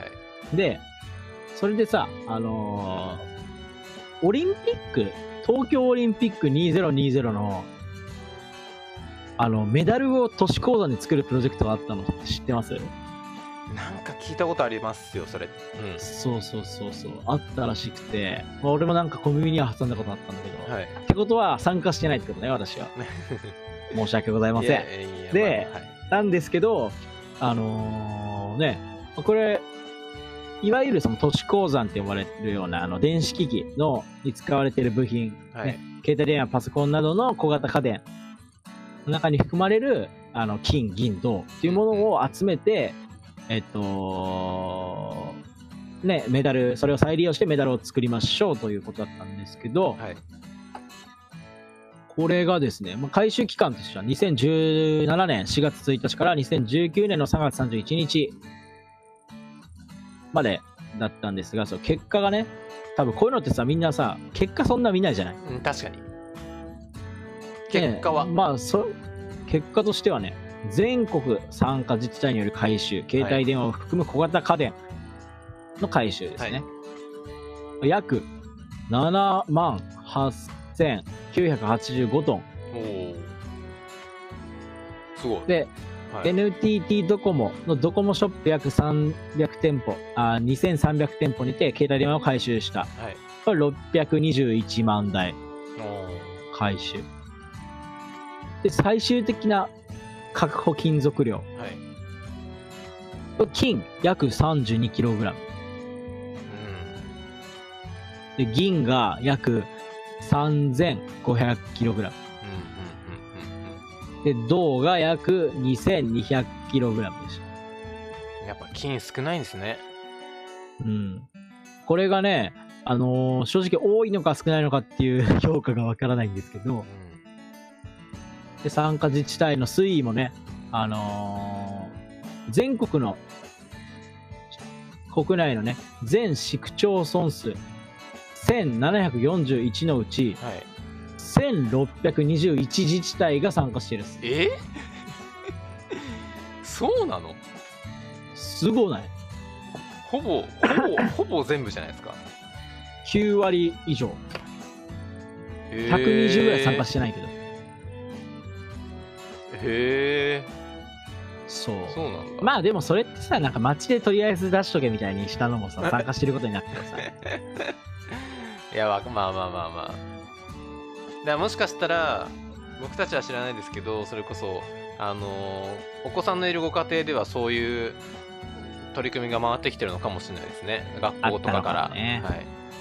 でそれでさ、あのー、オリンピック、東京オリンピックにせんにじゅうの、あの、メダルを都市鉱山に作るプロジェクトがあったのって知ってます？なんか聞いたことありますよ、それ。 うん。そうそうそうそう。あったらしくて、まあ、俺もなんか小耳には挟んだことあったんだけど、はい、ってことは参加してないってことね、私は。申し訳ございません。いやいやいやで、まあはい、なんですけど、あのー、ね、これ、いわゆるその都市鉱山って呼ばれるようなあの電子機器のに使われている部品、はいね、携帯電話、パソコンなどの小型家電の中に含まれるあの金、銀、銅っていうものを集めて、えっとね、メダル、それを再利用してメダルを作りましょうということだったんですけど、はい、これがですね、まあ、回収期間としてはにせんじゅうななねんしがつついたちからにせんじゅうきゅうねんのさんがつさんじゅういちにちまでだったんですが、その結果がね、 多分こういうのってさ、みんなさ、結果そんな見ないじゃない。 うん、確かに。結果は、 ね、まあそ結果としてはね、全国参加自治体による回収、携帯電話を含む小型家電の回収ですね。はい、約ななまんはっせんきゅうひゃくはちじゅうごトン。 おー、すごい。 で、はい、エヌティーティー ドコモのドコモショップ約さんびゃく店舗、あにせんさんびゃく店舗にて携帯電話を回収した。はい、これろっぴゃくにじゅういちまんだい回収。で、最終的な確保金属量。はい、金約 さんじゅうにキログラム。うん、で、銀が約 さんぜんごひゃくキログラム。で、銅が約 にせんにひゃくキログラムでした。 やっぱ金少ないんですね。 うん。これがね、あのー、正直多いのか少ないのかっていう評価がわからないんですけど、うん、で、参加自治体の推移もね、あのー、全国の、国内のね、全市区町村数、せんななひゃくよんじゅういちのうち、はい、せんろっぴゃくにじゅういち自治体が参加してるんです。 えそうなの？ すごない？ ほぼ、ほぼ、ほぼ全部じゃないですか。 きゅうわり以上。ひゃくにじゅうぐらい参加してないけど。 へえ。 そう。 そうなんだ。 まあでもそれってさ、なんか街でとりあえず出しとけみたいにしたのもさ、参加してることになってさ。 いや、まあまあまあまあ。だからもしかしたら、僕たちは知らないですけど、それこそ、あのー、お子さんのいるご家庭ではそういう取り組みが回ってきてるのかもしれないですね。学校とかから。ね、はい。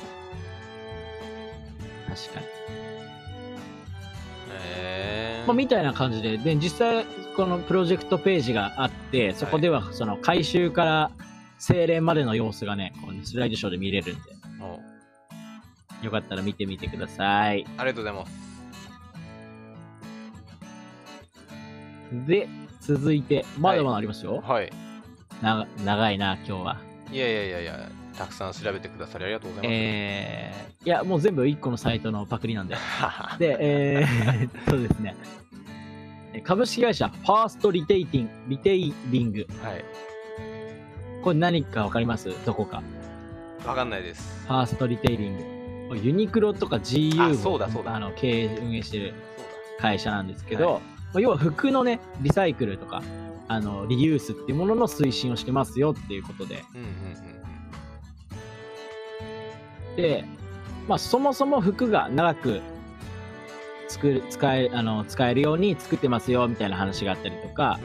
確かに。 へー。 まあ、みたいな感じで、で、実際、このプロジェクトページがあって、そこでは、その回収から精錬までの様子がね、こうねスライドショーで見れるんで、よかったら見てみてください。 ありがとうございます。 で、続いて、まだまだありますよ。 はい。 な長いな、今日は。 いやいやいやいや、たくさん調べてくださりありがとうございます。 えー、いや、もう全部いっこのサイトのパクリなんで。で、えー、そうですね。株式会社、ファーストリテイティング、リテイリング。はい。これ何かわかります？どこか。 わかんないです。 ファーストリテイリング。ユニクロとか ジーユーも あ, あの経営運営してる会社なんですけど、はい、要は服のねリサイクルとかあのリユースっていうものの推進をしてますよっていうことで、うんうんうん、で、まあ、そもそも服が長く作る使えあの使えるように作ってますよみたいな話があったりとか、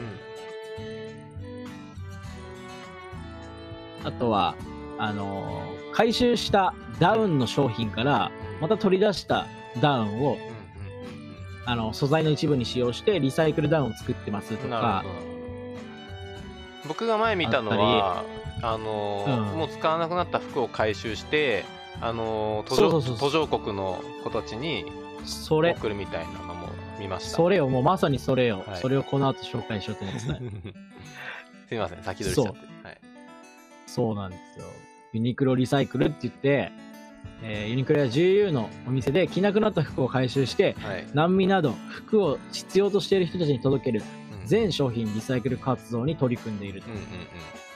うん、あとはあの回収したダウンの商品からまた取り出したダウンを、うんうんうん、あの素材の一部に使用してリサイクルダウンを作ってますとか。 僕が前見たのはあの、うん、もう使わなくなった服を回収してあの途上、途上国の子たちに送るみたいなのも見ました。 それをもうまさにそれを、はい、それをこの後紹介しようと思ってた。すみません、先取りしちゃって。 そう、はい、そうなんですよ。ユニクロリサイクルって言って、えー、ユニクロや ジーユー のお店で着なくなった服を回収して、はい、難民など服を必要としている人たちに届ける、うん、全商品リサイクル活動に取り組んでいると、うんうんうん、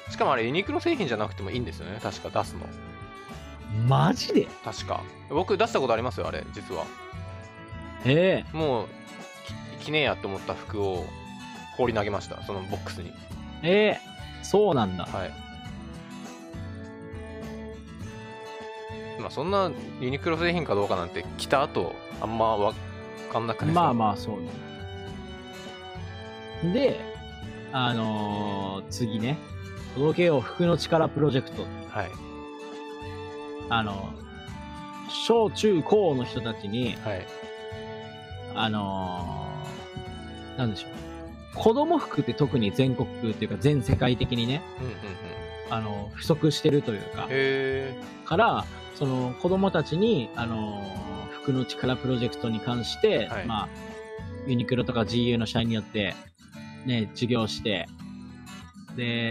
しかもあれユニクロ製品じゃなくてもいいんですよね、確か出すの。 マジで？ 確か僕出したことありますよ、あれ実は。 へえ。 もう着ねえやって思った服を放り投げました、そのボックスに。 えー、そうなんだ。 はい。まあそんなユニクロ製品かどうかなんて着た後あんま分かんなくないですか。 まあまあそうね。で、あのー、次ね、届けよう服の力プロジェクト。はい。あの小中高の人たちに、はい、あのー、なんでしょう、子供服って特に全国っていうか全世界的にね、うんうんうん、あの不足してるというか、へーからその子供たちに、あのー、服の力プロジェクトに関して、はい、まあユニクロとか ジーユー の社員によってね授業して、で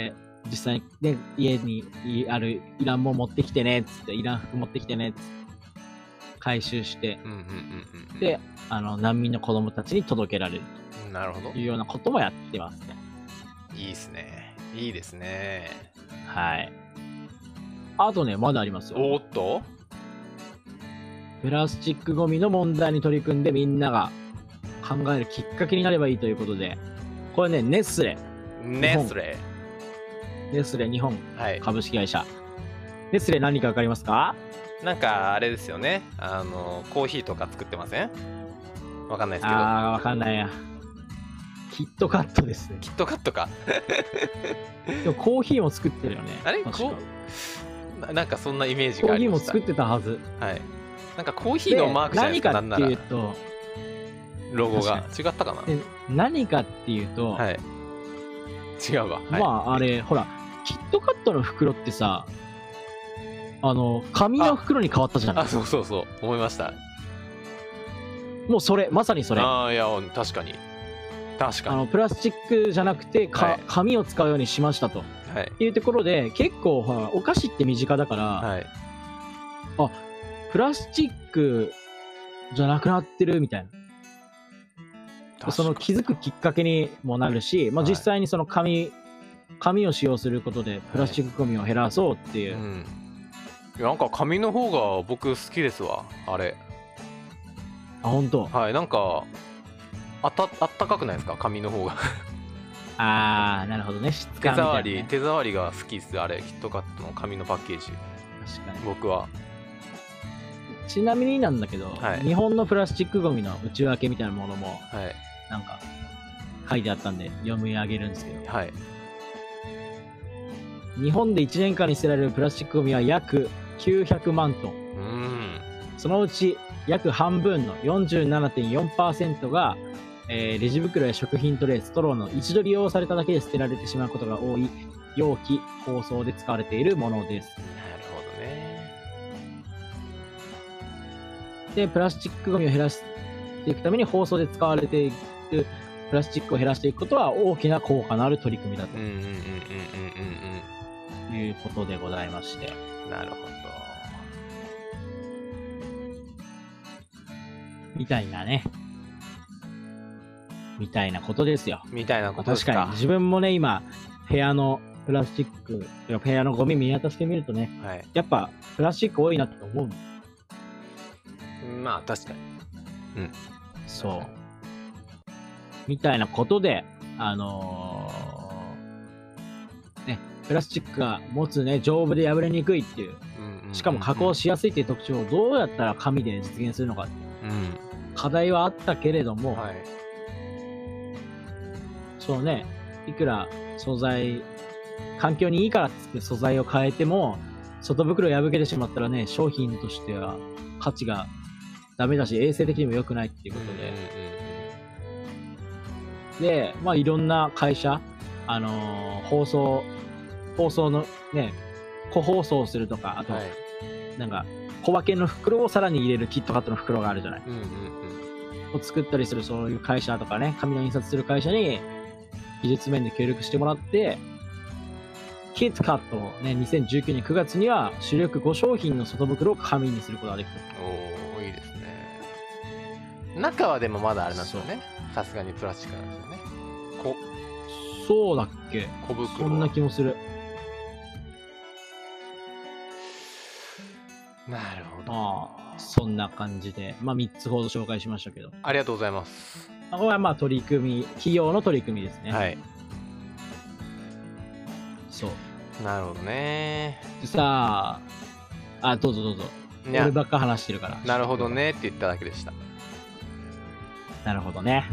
実際に、ね、家にあるイランも持ってきてねっつって、イラン服持ってきてねっつって回収して、 うんうんうんうん、 であの難民の子供たちに届けられるなるほどというようなこともやってますね。 いいですね。いいですね。 はい。あとね、まだありますよ。 おっと、 プラスチックゴミの問題に取り組んでみんなが考えるきっかけになればいいということで、これね、ネスレ。 ネスレ。 ネスレ日本はい。 株式会社。ネスレ何かわかりますか？ なんかあれですよね。あの、コーヒーとか作ってません？わかんないですけど。 あー、わかんないや。キットカットですね。 キットカットか。 でもコーヒーも作ってるよね。 あれ確かこうななんかそんなイメージコーがありました。 ヒーも作ってたはず。 はい。なんかコーヒーのマークじゃないですか。 で何かっていうなんなと、 らロゴが違ったかな。 で何かっていうと、 はい。違うわ。はい、 まああれ、ほら、キットカットの袋ってさ、あの、紙の袋に変わったじゃない。 あ、そうそうそう。思いました。 もうそれ、まさにそれ。 ああ、いや、確かに。確かに。 あのプラスチックじゃなくてか、 はい紙を使うようにしましたと。 はい。 っていうところで、結構ほらお菓子って身近だから、 はい。 プラスチックじゃなくなってるみたいな。その気づくきっかけにもなるし、まあ、 はい実際にその紙、紙を使用することでプラスチックゴミを減らそうっていう。 うん。いやなんか紙の方が僕好きですわ。あれ。 あ、本当。 はい。なんか、あた、あったかくないですか紙の方が。 あー、なるほどね。質手感みたいな、 触り、 ね。 手触りが好きですあれ。キットカットの紙のパッケージ。 確かに。 僕は。 ちなみになんだけど、 はい日本のプラスチックゴミの内訳みたいなものも、 はい。 なんか、書いてあったんで読み上げるんですけど、 はい。 日本でいちねんかんに捨てられるプラスチックゴミは約きゅうひゃくまんトン。 うーん。 そのうち約半分の よんじゅうななてんよんパーセント が、えーレジ袋や食品トレイ、ストローの一度利用されただけで捨てられてしまうことが多い容器、包装で使われているものです。 なるほどね。 で、プラスチックゴミを減らしていくために包装で使われているプラスチックを減らしていくことは大きな効果のある取り組みだうんうんうんうんうんうんということでございまして。 うん。なるほど。 みたいなね。みたいなことですよ。 みたいなことですか。 確かに自分もね、今、部屋のプラスチック、部屋のゴミ見渡してみるとね、 はい。 やっぱプラスチック多いなって思う。 まあ確かに。 そう。みたいなことで、あのーね、プラスチックが持つね、丈夫で破れにくいっていう、 うんうんうんうんしかも加工しやすいっていう特徴をどうやったら紙で実現するのかっていううん。 課題はあったけれども、 はい。 そうね、いくら素材、環境にいいからっつって素材を変えても、外袋を破けてしまったらね、商品としては価値がダメだし、衛生的にも良くないっていうことで、で、まあいろんな会社、あのー包装、包装のね、個包装するとか、あと、 はい。 なんか、小分けの袋をさらに入れるキットカットの袋があるじゃない。 うんうんうん。 を作ったりするそういう会社とかね、紙の印刷する会社に技術面で協力してもらって、キットカットをね、にせんじゅうきゅうねんくがつには主力ご商品の外袋を紙にすることができた。 おー、いいですね。中はでもまだあれなんですよね。さすがにプラスチックなんですよね。こそうだっけ？ 小袋。 そんな気もする。 なるほど。 まあ、そんな感じで、まあみっつほど紹介しましたけど。 ありがとうございます。 これはまあ取り組み、企業の取り組みですね。 はい。 そう。 なるほどね。 でさあ、あ、どうぞどうぞ。 いや俺ばっか話してるから。 なるほど。ねって言っただけでした。 なるほどね。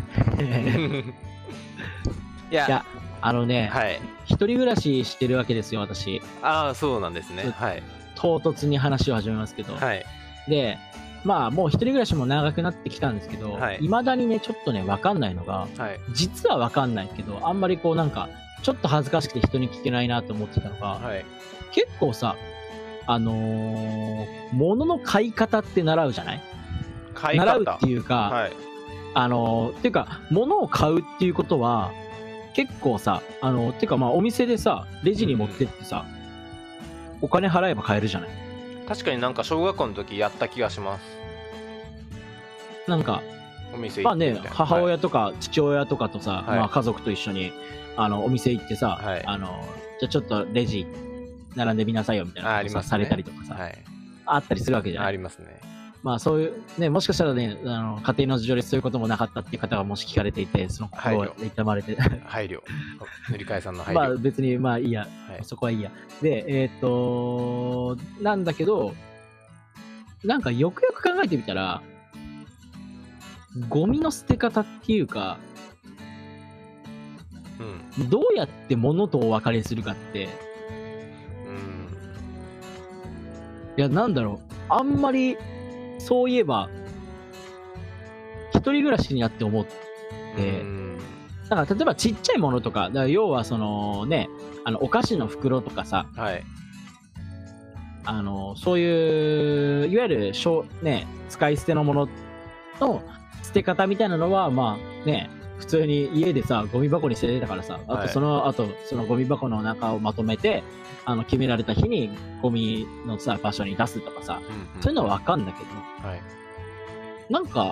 いや、 いや、あのね、 はい。 一人暮らししてるわけですよ、私。 ああ、そうなんですね。 そうはい。 唐突に話を始めますけど。 はい。 で、まあもう一人暮らしも長くなってきたんですけど、 はい未だにね、ちょっとね、わかんないのが、 はい。 実はわかんないけど、あんまりこうなんか、ちょっと恥ずかしくて人に聞けないなと思ってたのが、 はい。 結構さ、あのー、物の買い方って習うじゃない？ 買い方。 習うっていうか、 はい。 あのー、っていうか、物を買うっていうことは、 結構さ、あの、てかまあお店でさ、レジに持ってってさ、お金払えば買えるじゃない。 確かになんか小学校の時やった気がします。 なんか、 お店まあね、 行ってみたいな。 母親とか父親とかとさ、 はいまあ家族と一緒に、あの、お店行ってさ、 はいあの、じゃあちょっとレジ並んでみなさいよみたいなことさ、 あありますねされたりとかさ、 はい。 あったりするわけじゃない。 ありますね。 まあそういう、ね、もしかしたらね、あの、家庭の事情でそういうこともなかったっていう方がもし聞かれていて、その心を痛まれて、 配慮。塗り替えさんの配慮。 まあ別にまあいいや、 はいそこはいいや。で、えーっと、なんだけど、なんかよくよく考えてみたら、ゴミの捨て方っていうか、 うん。 どうやって物とお別れするかって、 うん。 いや、なんだろう、あんまり、そういえば、一人暮らしになって思って、 うんなんか例えばちっちゃいものとか、だから要はそのね、あの、お菓子の袋とかさ、 はい。 あの、そういう、いわゆる、しょうね、使い捨てのものの捨て方みたいなのは、まあね、普通に家でさ、ゴミ箱に捨ててたからさ、あはいとその後、そのゴミ箱の中をまとめて、あの、決められた日にゴミのさ、場所に出すとかさ、 うんうんそういうのはわかんだけど、 はい。 なんか、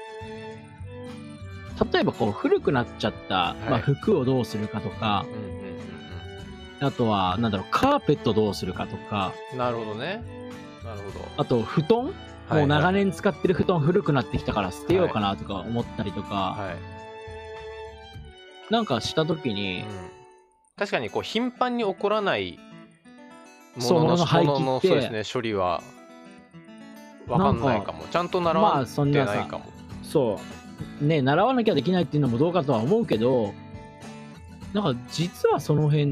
例えばこう、古くなっちゃった、 いまあ、服をどうするかとかうん、うんうんあとは、なんだろう、カーペットどうするかとか、 うん。なるほどね。なるほど。 あと、布団、 はいもう長年使ってる布団古くなってきたから捨てようかなとか思ったりとか、 はい。 なんかした時に、 うん確かにこう頻繁に起こらないもそうのの物の廃棄ってもののそうですね処理はわかんないかも。ちゃんと習まわあそんなさってないかも。 そう、ね、習わなきゃできないっていうのもどうかとは思うけど、なんか実はその辺って、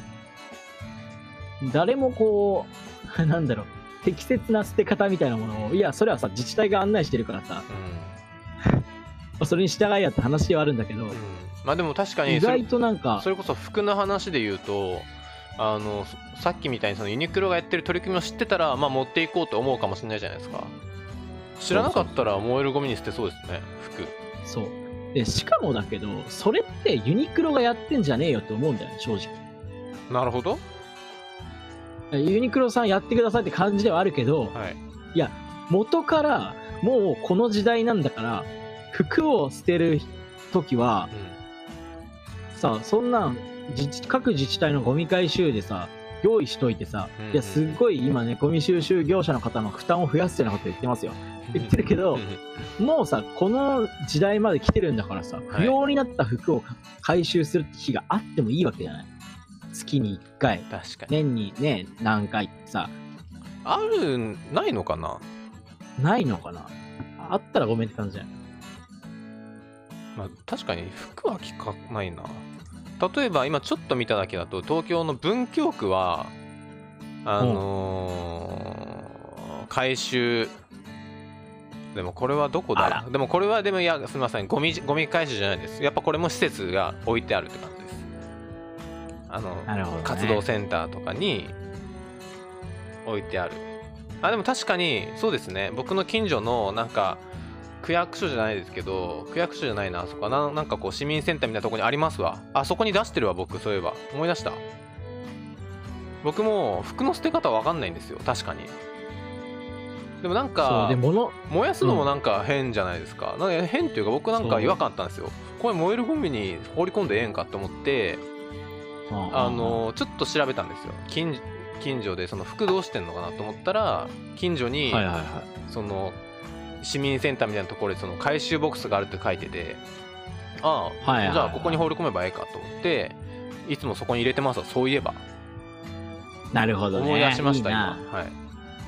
誰もこう、なんだろう、適切な捨て方みたいなものを、いや、それはさ、自治体が案内してるからさ、それに従いやって話ではあるんだけど、 うんうんまあでも確かに意それ外となんかそ、れこそ服の話で言うとあのさっきみたいにそのユニクロがやってる取り組みを知ってたら、まあ、持っていこうと思うかもしれないじゃないですか。知らなかったら燃えるゴミに捨てそうですね服。 そう。で、しかもだけど、それってユニクロがやってんじゃねえよって思うんだよね、正直。 なるほど。 ユニクロさんやってくださいって感じではあるけど、 はい。 いや、元からもうこの時代なんだから、服を捨てる時は、さ、そんなん自治、各自治体のゴミ回収でさ、用意しといてさ、 うんうんいや、すっごい今ね、ゴミ収集業者の方の負担を増やすようなこと言ってますよ。言ってるけどうんもうさ、この時代まで来てるんだからさ、不要になった服を回収するって日があってもいいわけじゃない。月にいっかい、 確かに。 年にね、何回ってさ、 あるないのかな。 ないのかな。あったらごめんって感じじゃない。 まあ、確かに服は聞かないな。例えば今ちょっと見ただけだと東京の文京区はあのー回収でもこれはどこあだ。でもこれはでもいやすみませんゴミゴミ回収じゃないです。やっぱこれも施設が置いてあるって感じです。あのなるほどね活動センターとかに置いてある。あでも確かにそうですね。僕の近所のなんか区役所じゃないですけど、区役所じゃないな、あそこはな、なんかこう市民センターみたいなとこにありますわ。あそこに出してるわ僕。そういえば思い出した。僕も服の捨て方わかんないんですよ確かに。でもなんそうかで物燃やすのもなんか変じゃないですか。なんか変っていうか僕なんか違和感あったんですよ。これ燃えるゴミに放り込んでええんかって思って、あのちょっと調べたんですよ。近近所でその服どうしてんのかなと思ったら、近所にはいはいはい。 その市民センターみたいなところでその回収ボックスがあるって書いてて、ああ、 はいはいはいじゃあここに放り込めばいいかと思っていつもそこに入れてますわ。そういえばなるほどね。 思い出しましたいいな今。はい。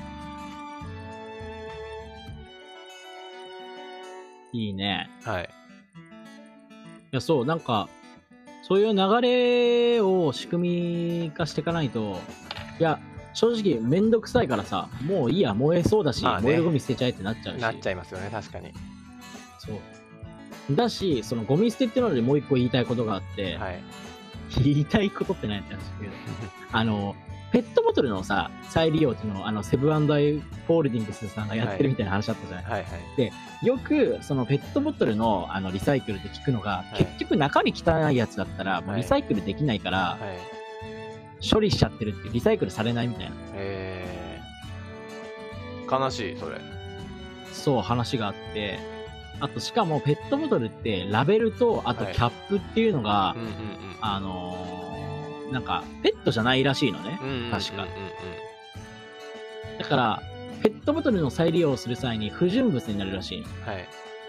いいね。 はい。 いや、そう、なんか、そういう流れを仕組み化していかないと、いや、正直めんどくさいからさ、もういいや、燃えそうだし、 まあね燃えるゴミ捨てちゃえってなっちゃうし。 なっちゃいますよね確かに。 そう。だし、そのゴミ捨てっていうのでもう一個言いたいことがあって、 はい。 言いたいことってないって話だけど、あの、ペットボトルのさ、再利用っていうのを、あの、セブン&アイ・ホールディングスさんがやってるみたいな話あったじゃない、 はいはい。 で、よく、そのペットボトルの、あの、リサイクルで聞くのが、 はい結局中身汚いやつだったら、もうリサイクルできないから、 はい。 処理しちゃってるっていう、リサイクルされないみたいな、 えー、悲しい、それ。 そう話があって、あとしかもペットボトルってラベルと、あとはいキャップっていうのが、 うんうんあのーなんか、ペットじゃないらしいのね。 うん。うんうんうんうん確か。だから、ペットボトルの再利用をする際に不純物になるらしいの。 はい。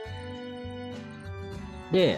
で、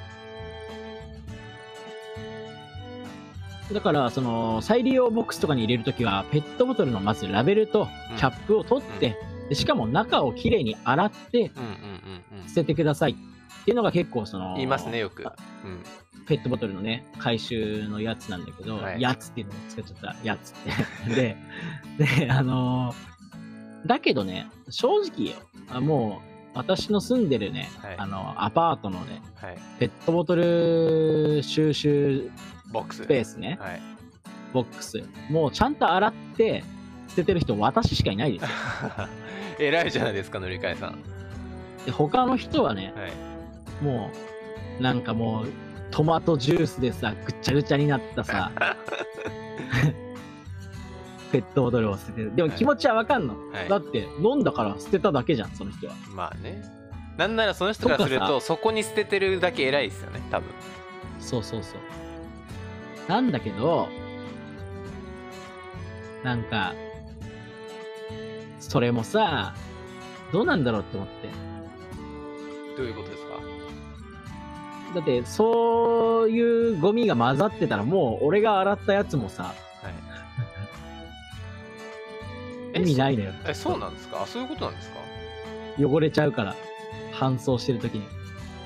だから、その、再利用ボックスとかに入れるときは、ペットボトルのまずラベルとキャップを取って、でしかも中をきれいに洗ってうんうんうんうん。 捨ててくださいっていうのが結構その、 言いますね、よく。うん。 ペットボトルのね、回収のやつなんだけど、 はいやつっていうのを使っちゃった、やつって。で、で、あのーだけどね、正直よ、あもう、私の住んでるね、 はいあの、アパートのね、 はい。 ペットボトル収集ボックス。 スペースね、 はい。 ボックス。もうちゃんと洗って捨ててる人、私しかいないですよ。 偉いじゃないですか、塗り替えさん。 で、他の人はね、 はい。 もう、なんかもう、トマトジュースでさ、ぐっちゃぐちゃになったさ、ペットボトルを捨ててる。でも気持ちはわかんの。 はいだって、飲んだから捨てただけじゃん、その人は。 まあね。なんならその人からするとかと、そこに捨ててるだけ偉いですよね、多分。 そうそうそう。なんだけど、なんか、それもさ、どうなんだろうって思って。 どういうことですか？ だって、そういうゴミが混ざってたら、もう俺が洗ったやつもさ、 はい。 意味ないのよ。 え、そうなんですか？あ、そういうことなんですか？ 汚れちゃうから、搬送してる時に。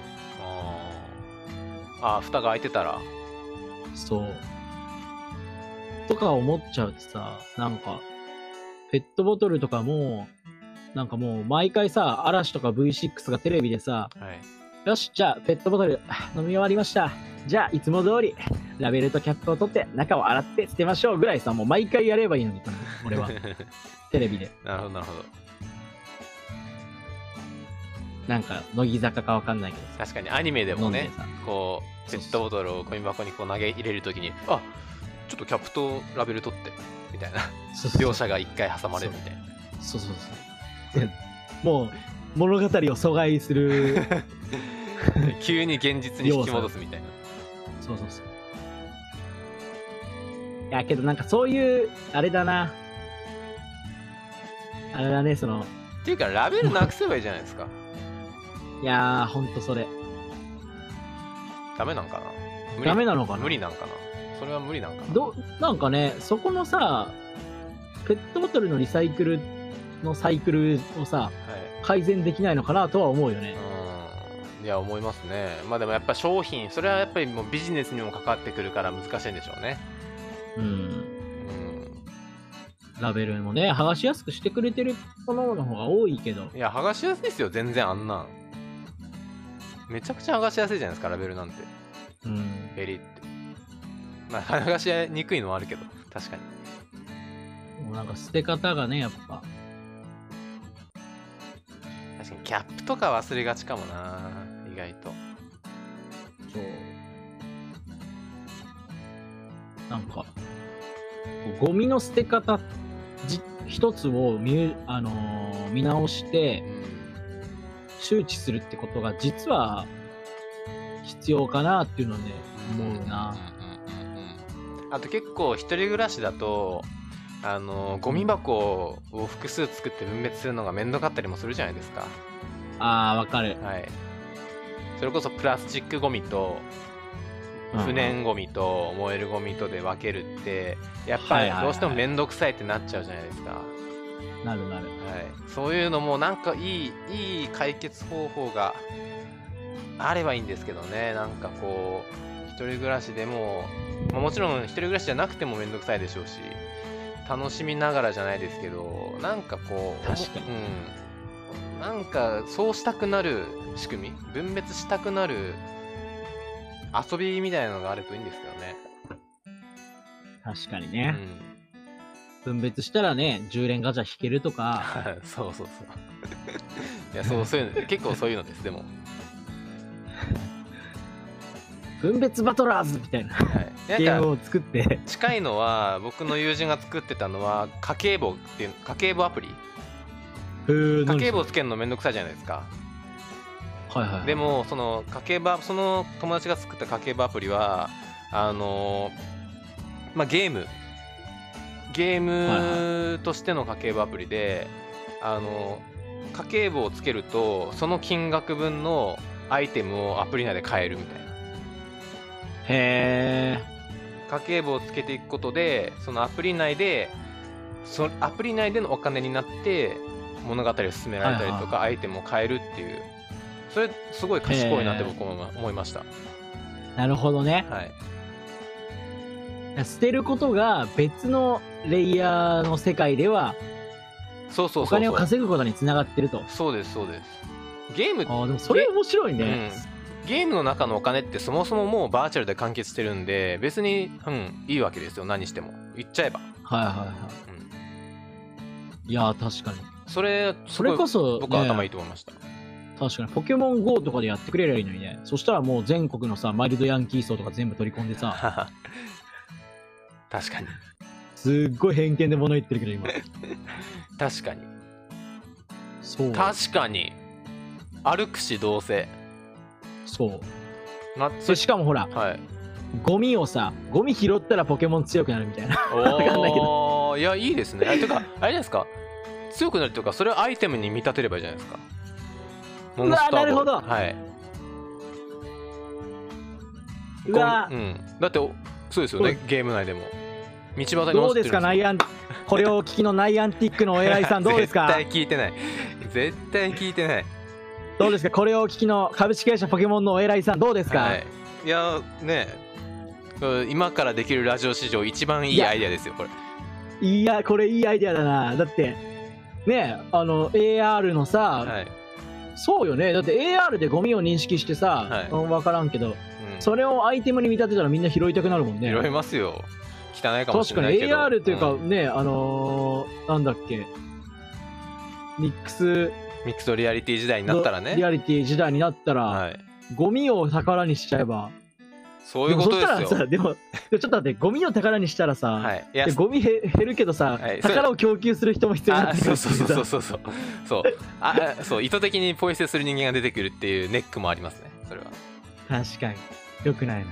あーあー、蓋が開いてたら。 そう。とか思っちゃうとさ、なんか、ペットボトルとかも、なんかもう毎回さ、嵐とか ブイシックス がテレビでさ、 はい。 よし、じゃあペットボトルあ飲み終わりました。じゃあいつも通り、ラベルとキャップを取って中を洗って捨てましょうぐらいさ、もう毎回やればいいのに、俺は。テレビで。 なるほど、なるほど。 なんか、乃木坂かわかんないけどさ。 確かにアニメでもね飲んでさ、 こう、ペットボトルをゴミ箱にこう投げ入れるときに、あ、ちょっとキャップとラベル取って、みたいな。 そうそう両者が一回挟まれるみたいな。 そうそうそう。でもう、物語を阻害する。 急に現実に引き戻すみたいな。 そうそうそう。いや、けどなんかそういう、あれだな。あれだね、その、 っていうか、ラベルなくせばいいじゃないですか。 いやー、ほんとそれ。 ダメなんかな？無理ダメなのかな無理なんかな？それは無理なんかな？ ど、なんかね、そこのさ、ペットボトルのリサイクルのサイクルをさ、 はい。 改善できないのかなとは思うよね。 うん。いや、思いますね。まあでもやっぱ商品、それはやっぱりもうビジネスにも関わってくるから難しいんでしょうね。 うん。 うん。 ラベルもね、剥がしやすくしてくれてるものの方が多いけど。 いや、剥がしやすいですよ、全然あんなん。めちゃくちゃ剥がしやすいじゃないですか、ラベルなんて。 うん。 ペリって。まあ、剥がしにくいのはあるけど、確かに。 もうなんか捨て方がね、やっぱ。 確かに、キャップとか忘れがちかもな、意外と。 そう。なんか、ゴミの捨て方じ一つを見,、あのー見直してうん。 周知するってことが実は必要かなっていうので思うな。 うんうんうんうん。あと結構一人暮らしだと、あのゴミ箱を複数作って分別するのが面倒かったりもするじゃないですか。 あー、わかる。 はい。それこそプラスチックゴミとうんうん不燃ゴミと燃えるゴミとで分けるってやっぱはいはいはいりどうしても面倒くさいってなっちゃうじゃないですか。はなるなる。 い。そういうのもなんかいいいい解決方法があればいいんですけどね。なんかこう一人暮らしでも、まあ、もちろん一人暮らしじゃなくても面倒くさいでしょうし、楽しみながらじゃないですけど、なんかこう、 確かにうん、なんかそうしたくなる仕組み、分別したくなる遊びみたいなのがあるといいんですけどね。 確かにうね。 ん分別したらね、じゅう連ガチャ引けるとか。 そうそうそういやそうそういうの結構そういうのです。でも分別バトラーズみたいなはいゲームなんかを作って。 近いのは僕の友人が作ってたのは家計簿っていう家計簿アプリ。 家家計簿つけるのめんどくさいじゃないですか。 はいはいはい、 でもその家計簿その友達が作った家計簿アプリはあのーまあゲームゲームとしての家計簿アプリで、あの家計簿をつけるとその金額分のアイテムをアプリ内で買えるみたいな。 へ家計簿をつけていくことでそのアプリ内でそアプリ内でのお金になって物語を進められたりとか、 はいアイテムを買えるっていう、それすごい賢いなって僕も思いました。 ー。なるほどね。 はい捨てることが別のレイヤーの世界ではそうそうそうそうお金を稼ぐことにつながってると。 そうですそうです。ゲームああ、でもそれ面白いね。 うん、ゲームの中のお金ってそもそももうバーチャルで完結してるんで別に、うん、いいわけですよ。何しても言っちゃえば。 はいはいはい。 うん、 いやー確かに。 それそれこそ、ね、 僕は頭いいと思いました。 確かにポケモン ゴー とかでやってくれりゃいいのにね。そしたらもう全国のさマイルドヤンキー層とか全部取り込んでさ確かにすっごい偏見で物言ってるけど今確かにそう確かに歩くしどうせそうなそしかもほら、 はい、 ゴミをさゴミ拾ったらポケモン強くなるみたいなおわかんないけどいやいいですね。あてかあれじゃないですか、強くなるというかそれをアイテムに見立てればいいじゃないですか。 うわなるほど。 はい。 うわ、 うん、だってそうですよね。ゲーム内でも道端に落ちてるんですよ。 どうですかナイアンこれをお聞きのナイアンティックのお偉いさんどうですか。 絶対聞いてない絶対聞いてない。 どうですかこれをお聞きの株式会社ポケモンのお偉いさんどうですか。 はい、いやね今からできるラジオ史上一番いいアイデアですよこれ。 いやこれいいアイデアだな。だってねあの エーアール のさ、はい、そうよね。だって エーアール でゴミを認識してさ、はい、分からんけど、うん、それをアイテムに見立てたらみんな拾いたくなるもんね。 拾いますよ。汚いかもしれないけど。 確かに エーアール というかね、うん、あのー、なんだっけミックスミックスリアリティ時代になったらね。 リアリティ時代になったら、はい、ゴミを宝にしちゃえば。 そういうことですよ。 でもそしたらさ、でも、ちょっと待って、ゴミを宝にしたらさ、はい、いやゴミ減るけどさ、はい、宝を供給する人も必要になってくる。 そうそうそうそうそう。そう。あ、そう、意図的にポイ捨てする人間が出てくるっていうネックもありますね、それは。 確かに。よくないな。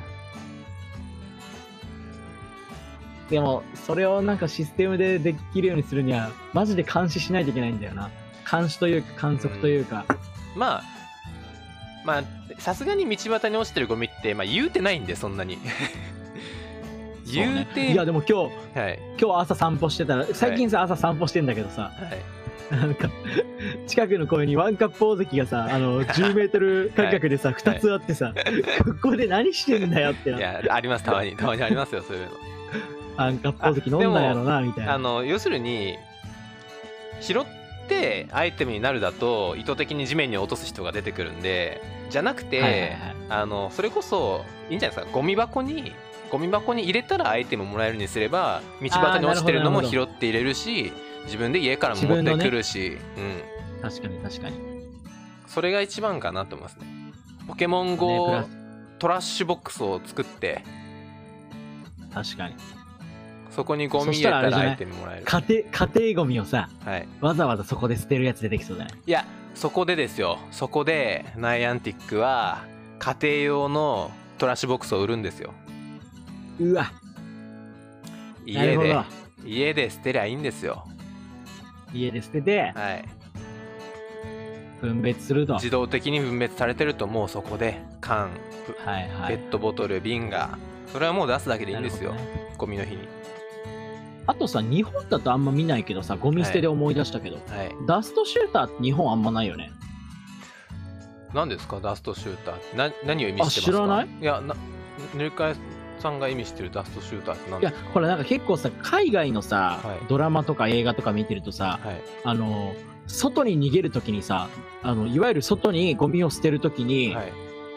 でも、それをなんかシステムでできるようにするには、マジで監視しないといけないんだよな。監視というか、観測というか。 うん、まあ、まあ、さすがに道端に落ちてるゴミって、まあ、言うてないんでそんなに言うて、 ね、いやでも今日、はい、今日朝散歩してたら最近さ、はい、朝散歩してんだけどさ、はい、なんか近くの公園にワンカップ大関がさあのじゅうメートル間隔でさ、はい、ふたつあってさ、はい、ここで何してんだよっていやありますたまにたまにありますよそういうの。 ワンカップ大関飲んだやろなみたいな。 あの要するに拾ってアイテムになるだと意図的に地面に落とす人が出てくるんでじゃなくて、はいはいはい、あのそれこそいいんじゃないですか。ゴミ箱にゴミ箱に入れたらアイテムもらえるにすれば道端に落ちてるのも拾って入れるし自分で家からも持ってくるし、ね、 うん、確かに確かにそれが一番かなと思いますね。ポケモン ゴー、ね、トラッシュボックスを作って確かにそこにゴミ入れたらアイテムもらえる。 家庭、家庭ゴミをさ、はい、わざわざそこで捨てるやつ出てきそうだね。 いやそこでですよ。そこでナイアンティックは家庭用のトラッシュボックスを売るんですよ。 うわ家で家で捨てりゃいいんですよ。 家で捨てて、はい、分別すると自動的に分別されてるともうそこで缶、はいはい、ペットボトル瓶がそれはもう出すだけでいいんですよ、ね、ゴミの日に。 あとさ日本だとあんま見ないけどさゴミ捨てで思い出したけど、はいはい、ダストシューターって日本あんまないよね。 何ですかダストシューターってな何を意味してますか。 知らない。 いやな塗り替えさんが意味してるダストシューターって何ですか。 いやこれなんか結構さ海外のさ、はい、ドラマとか映画とか見てるとさ、はい、あの外に逃げるときにさあのいわゆる外にゴミを捨てるときに、はい、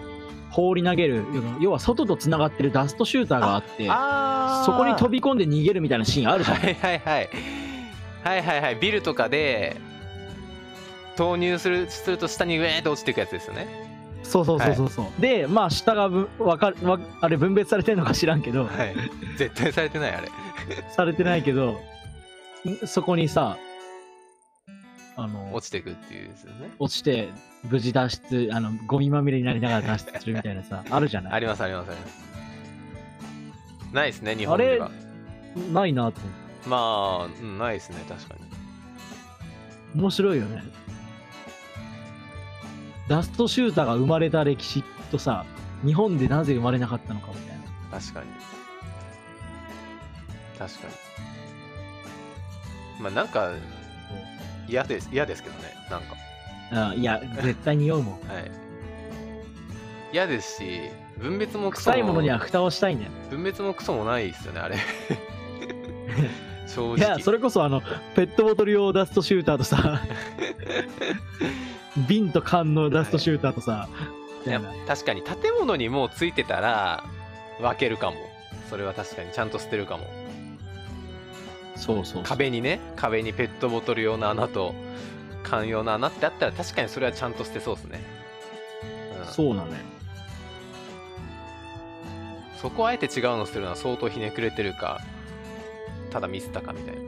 放り投げる、要は外とつながってるダストシューターがあってあそこに飛び込んで逃げるみたいなシーンあるじゃん。 はいはいはいはいはいはい、ビルとかで投入するすると下にウェーって落ちていくやつですよね。 そうそうそうそうそう、はい、でまあ下がぶわかわあれ分別されてるのか知らんけど、 はい、絶対されてないあれされてないけどそこにさあの落ちていくっていうですよね。 落ちて無事脱出、あのゴミまみれになりながら脱出するみたいなさあるじゃない。 ありますありますあります。ないですね日本では。 あれないなと思って。 まあ、うん、ないですね確かに。 面白いよね。ダストシューターが生まれた歴史とさ、日本でなぜ生まれなかったのかみたいな。 確かに確かに。まあなんか嫌です嫌ですけどね、なんか。 あいや絶対匂うもん。 はい嫌ですし、分別もクソも臭いものには蓋をしたいんだよ。 分別もクソもないですよねあれ正直。 いやそれこそあのペットボトル用ダストシューターとさ瓶と缶のダストシューターとさ、はい、 いや確かに建物にもうついてたら分けるかも。それは確かにちゃんと捨てるかも。 そうそうそう、 壁にね、壁にペットボトル用の穴と缶用の穴ってあったら確かにそれはちゃんと捨てそうですね、 うん、そうなのよ。 そこをあえて違うの捨てるのは相当ひねくれてるかただミスったかみたいな。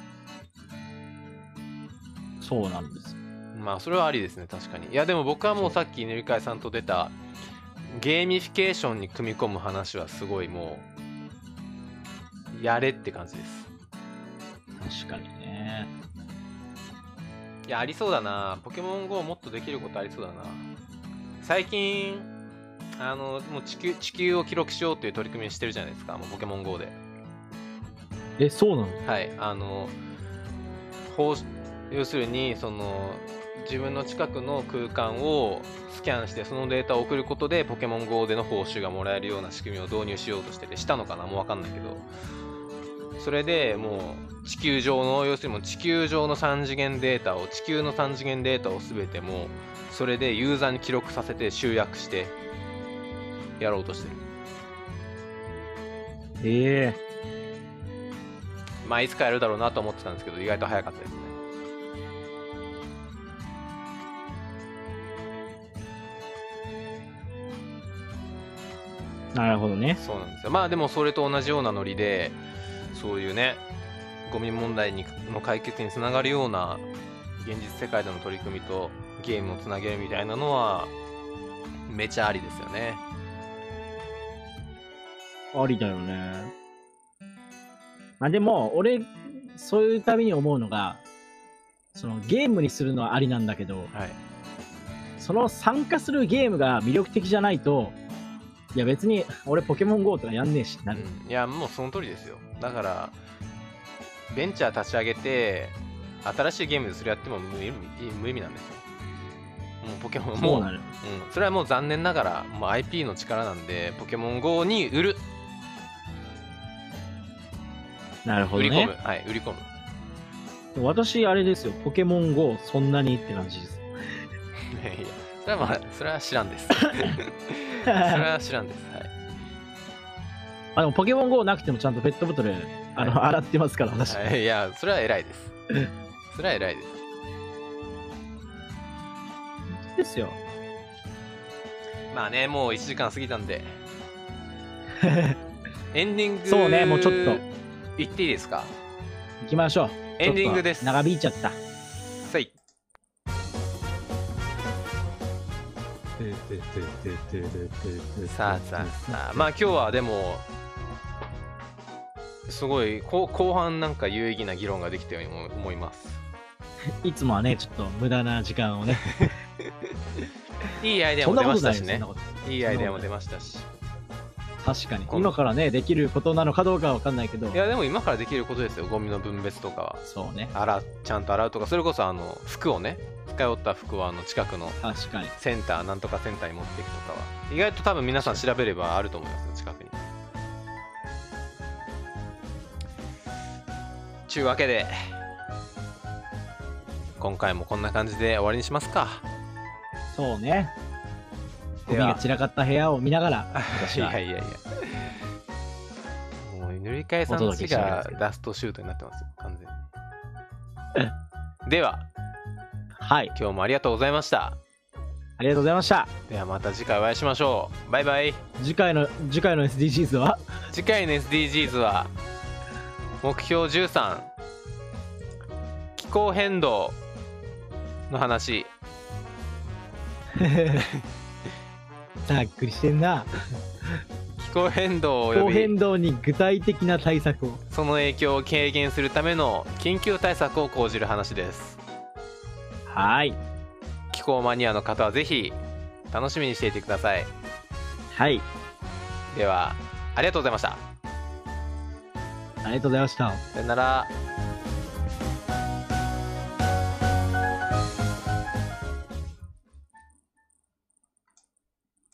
そうなんです。 まあそれはありですね確かに。いやでも僕はもうさっき塗り替えさんと出たゲーミフィケーションに組み込む話はすごいもうやれって感じです。 確かにね。 いやありそうだな。ポケモン ゴー もっとできることありそうだな。最近あのもう地球地球を記録しようという取り組みをしてるじゃないですか、もうポケモン ゴー で。 えそうなの。 はいあの報要するにその自分の近くの空間をスキャンしてそのデータを送ることでポケモン ゴー での報酬がもらえるような仕組みを導入しようとしてて、したのかなもう分かんないけど、それでもう地球上の要するにもう地球上のさん次元データを地球のさん次元データを全てもうそれでユーザーに記録させて集約してやろうとしてる。 ええまあいつかやるだろうなと思ってたんですけど意外と早かったですね。 なるほどね。 そうなんですよ。まあでもそれと同じようなノリでそういうねゴミ問題にの解決につながるような現実世界での取り組みとゲームをつなげるみたいなのはめちゃありですよね。 ありだよね。あでも俺そういうたびに思うのが、そのゲームにするのはありなんだけど、 はい、 その参加するゲームが魅力的じゃないと、いや別に俺ポケモン ゴー とかやんねえしなる、 うん、いやもうその通りですよ。だからベンチャー立ち上げて新しいゲームでそれやっても無意味、無意味なんですよ。もうポケモンもそうなる、 うん、それはもう残念ながらもう アイピー の力なんでポケモン ゴー に売る。 なるほどね。 売り込む、はい、売り込む。 私あれですよ、ポケモン ゴー そんなにって感じです。 いやいや、それはまあそれは知らんです。それは知らんです。はい。 あでもポケモン ゴー なくてもちゃんとペットボトル、あの、はい、洗ってますから私。 はい、いやそれは偉いです。それは偉いです。 ですよ。 まあねもういちじかん過ぎたんでエンディングそうねもうちょっと言っていいですか。 行きましょう。 エンディングです。 長引いちゃった。 はい。さあさあさあ、まあ今日はでもすごい後半なんか有意義な議論ができたように思います。 いつもはねちょっと無駄な時間をねいいアイデアも出ましたしね。いいアイデアも出ましたし、 確かに今からねできることなのかどうかは分かんないけど、 いやでも今からできることですよ。ゴミの分別とかは。 そうね、 洗ちゃんと洗うとか、それこそあの服をね使い終わった服はあの近くの確かにセンターなんとかセンターに持っていくとかは意外と多分皆さん調べればあると思いますよ近くに。ちゅうわけで今回もこんな感じで終わりにしますか。 そうね。 ゴミが散らかった部屋を見ながら、私いはやいやいや。もう塗り替えさんちがラストシュートになってますよ、完全に。では、 はい、 今日もありがとうございました。 ありがとうございました。 ではまた次回お会いしましょう。バイバイ。 次回の次回の エスディージーズ は次回の エスディージーズ は目標じゅうさん、気候変動の話。 ざっくりしてんな。 気候変動お気候よび変動に具体的な対策を。 その影響を軽減するための緊急対策を講じる話です。 はい。 気候マニアの方はぜひ楽しみにしていてください。 はい。 ではありがとうございました。 ありがとうございました。 さよなら。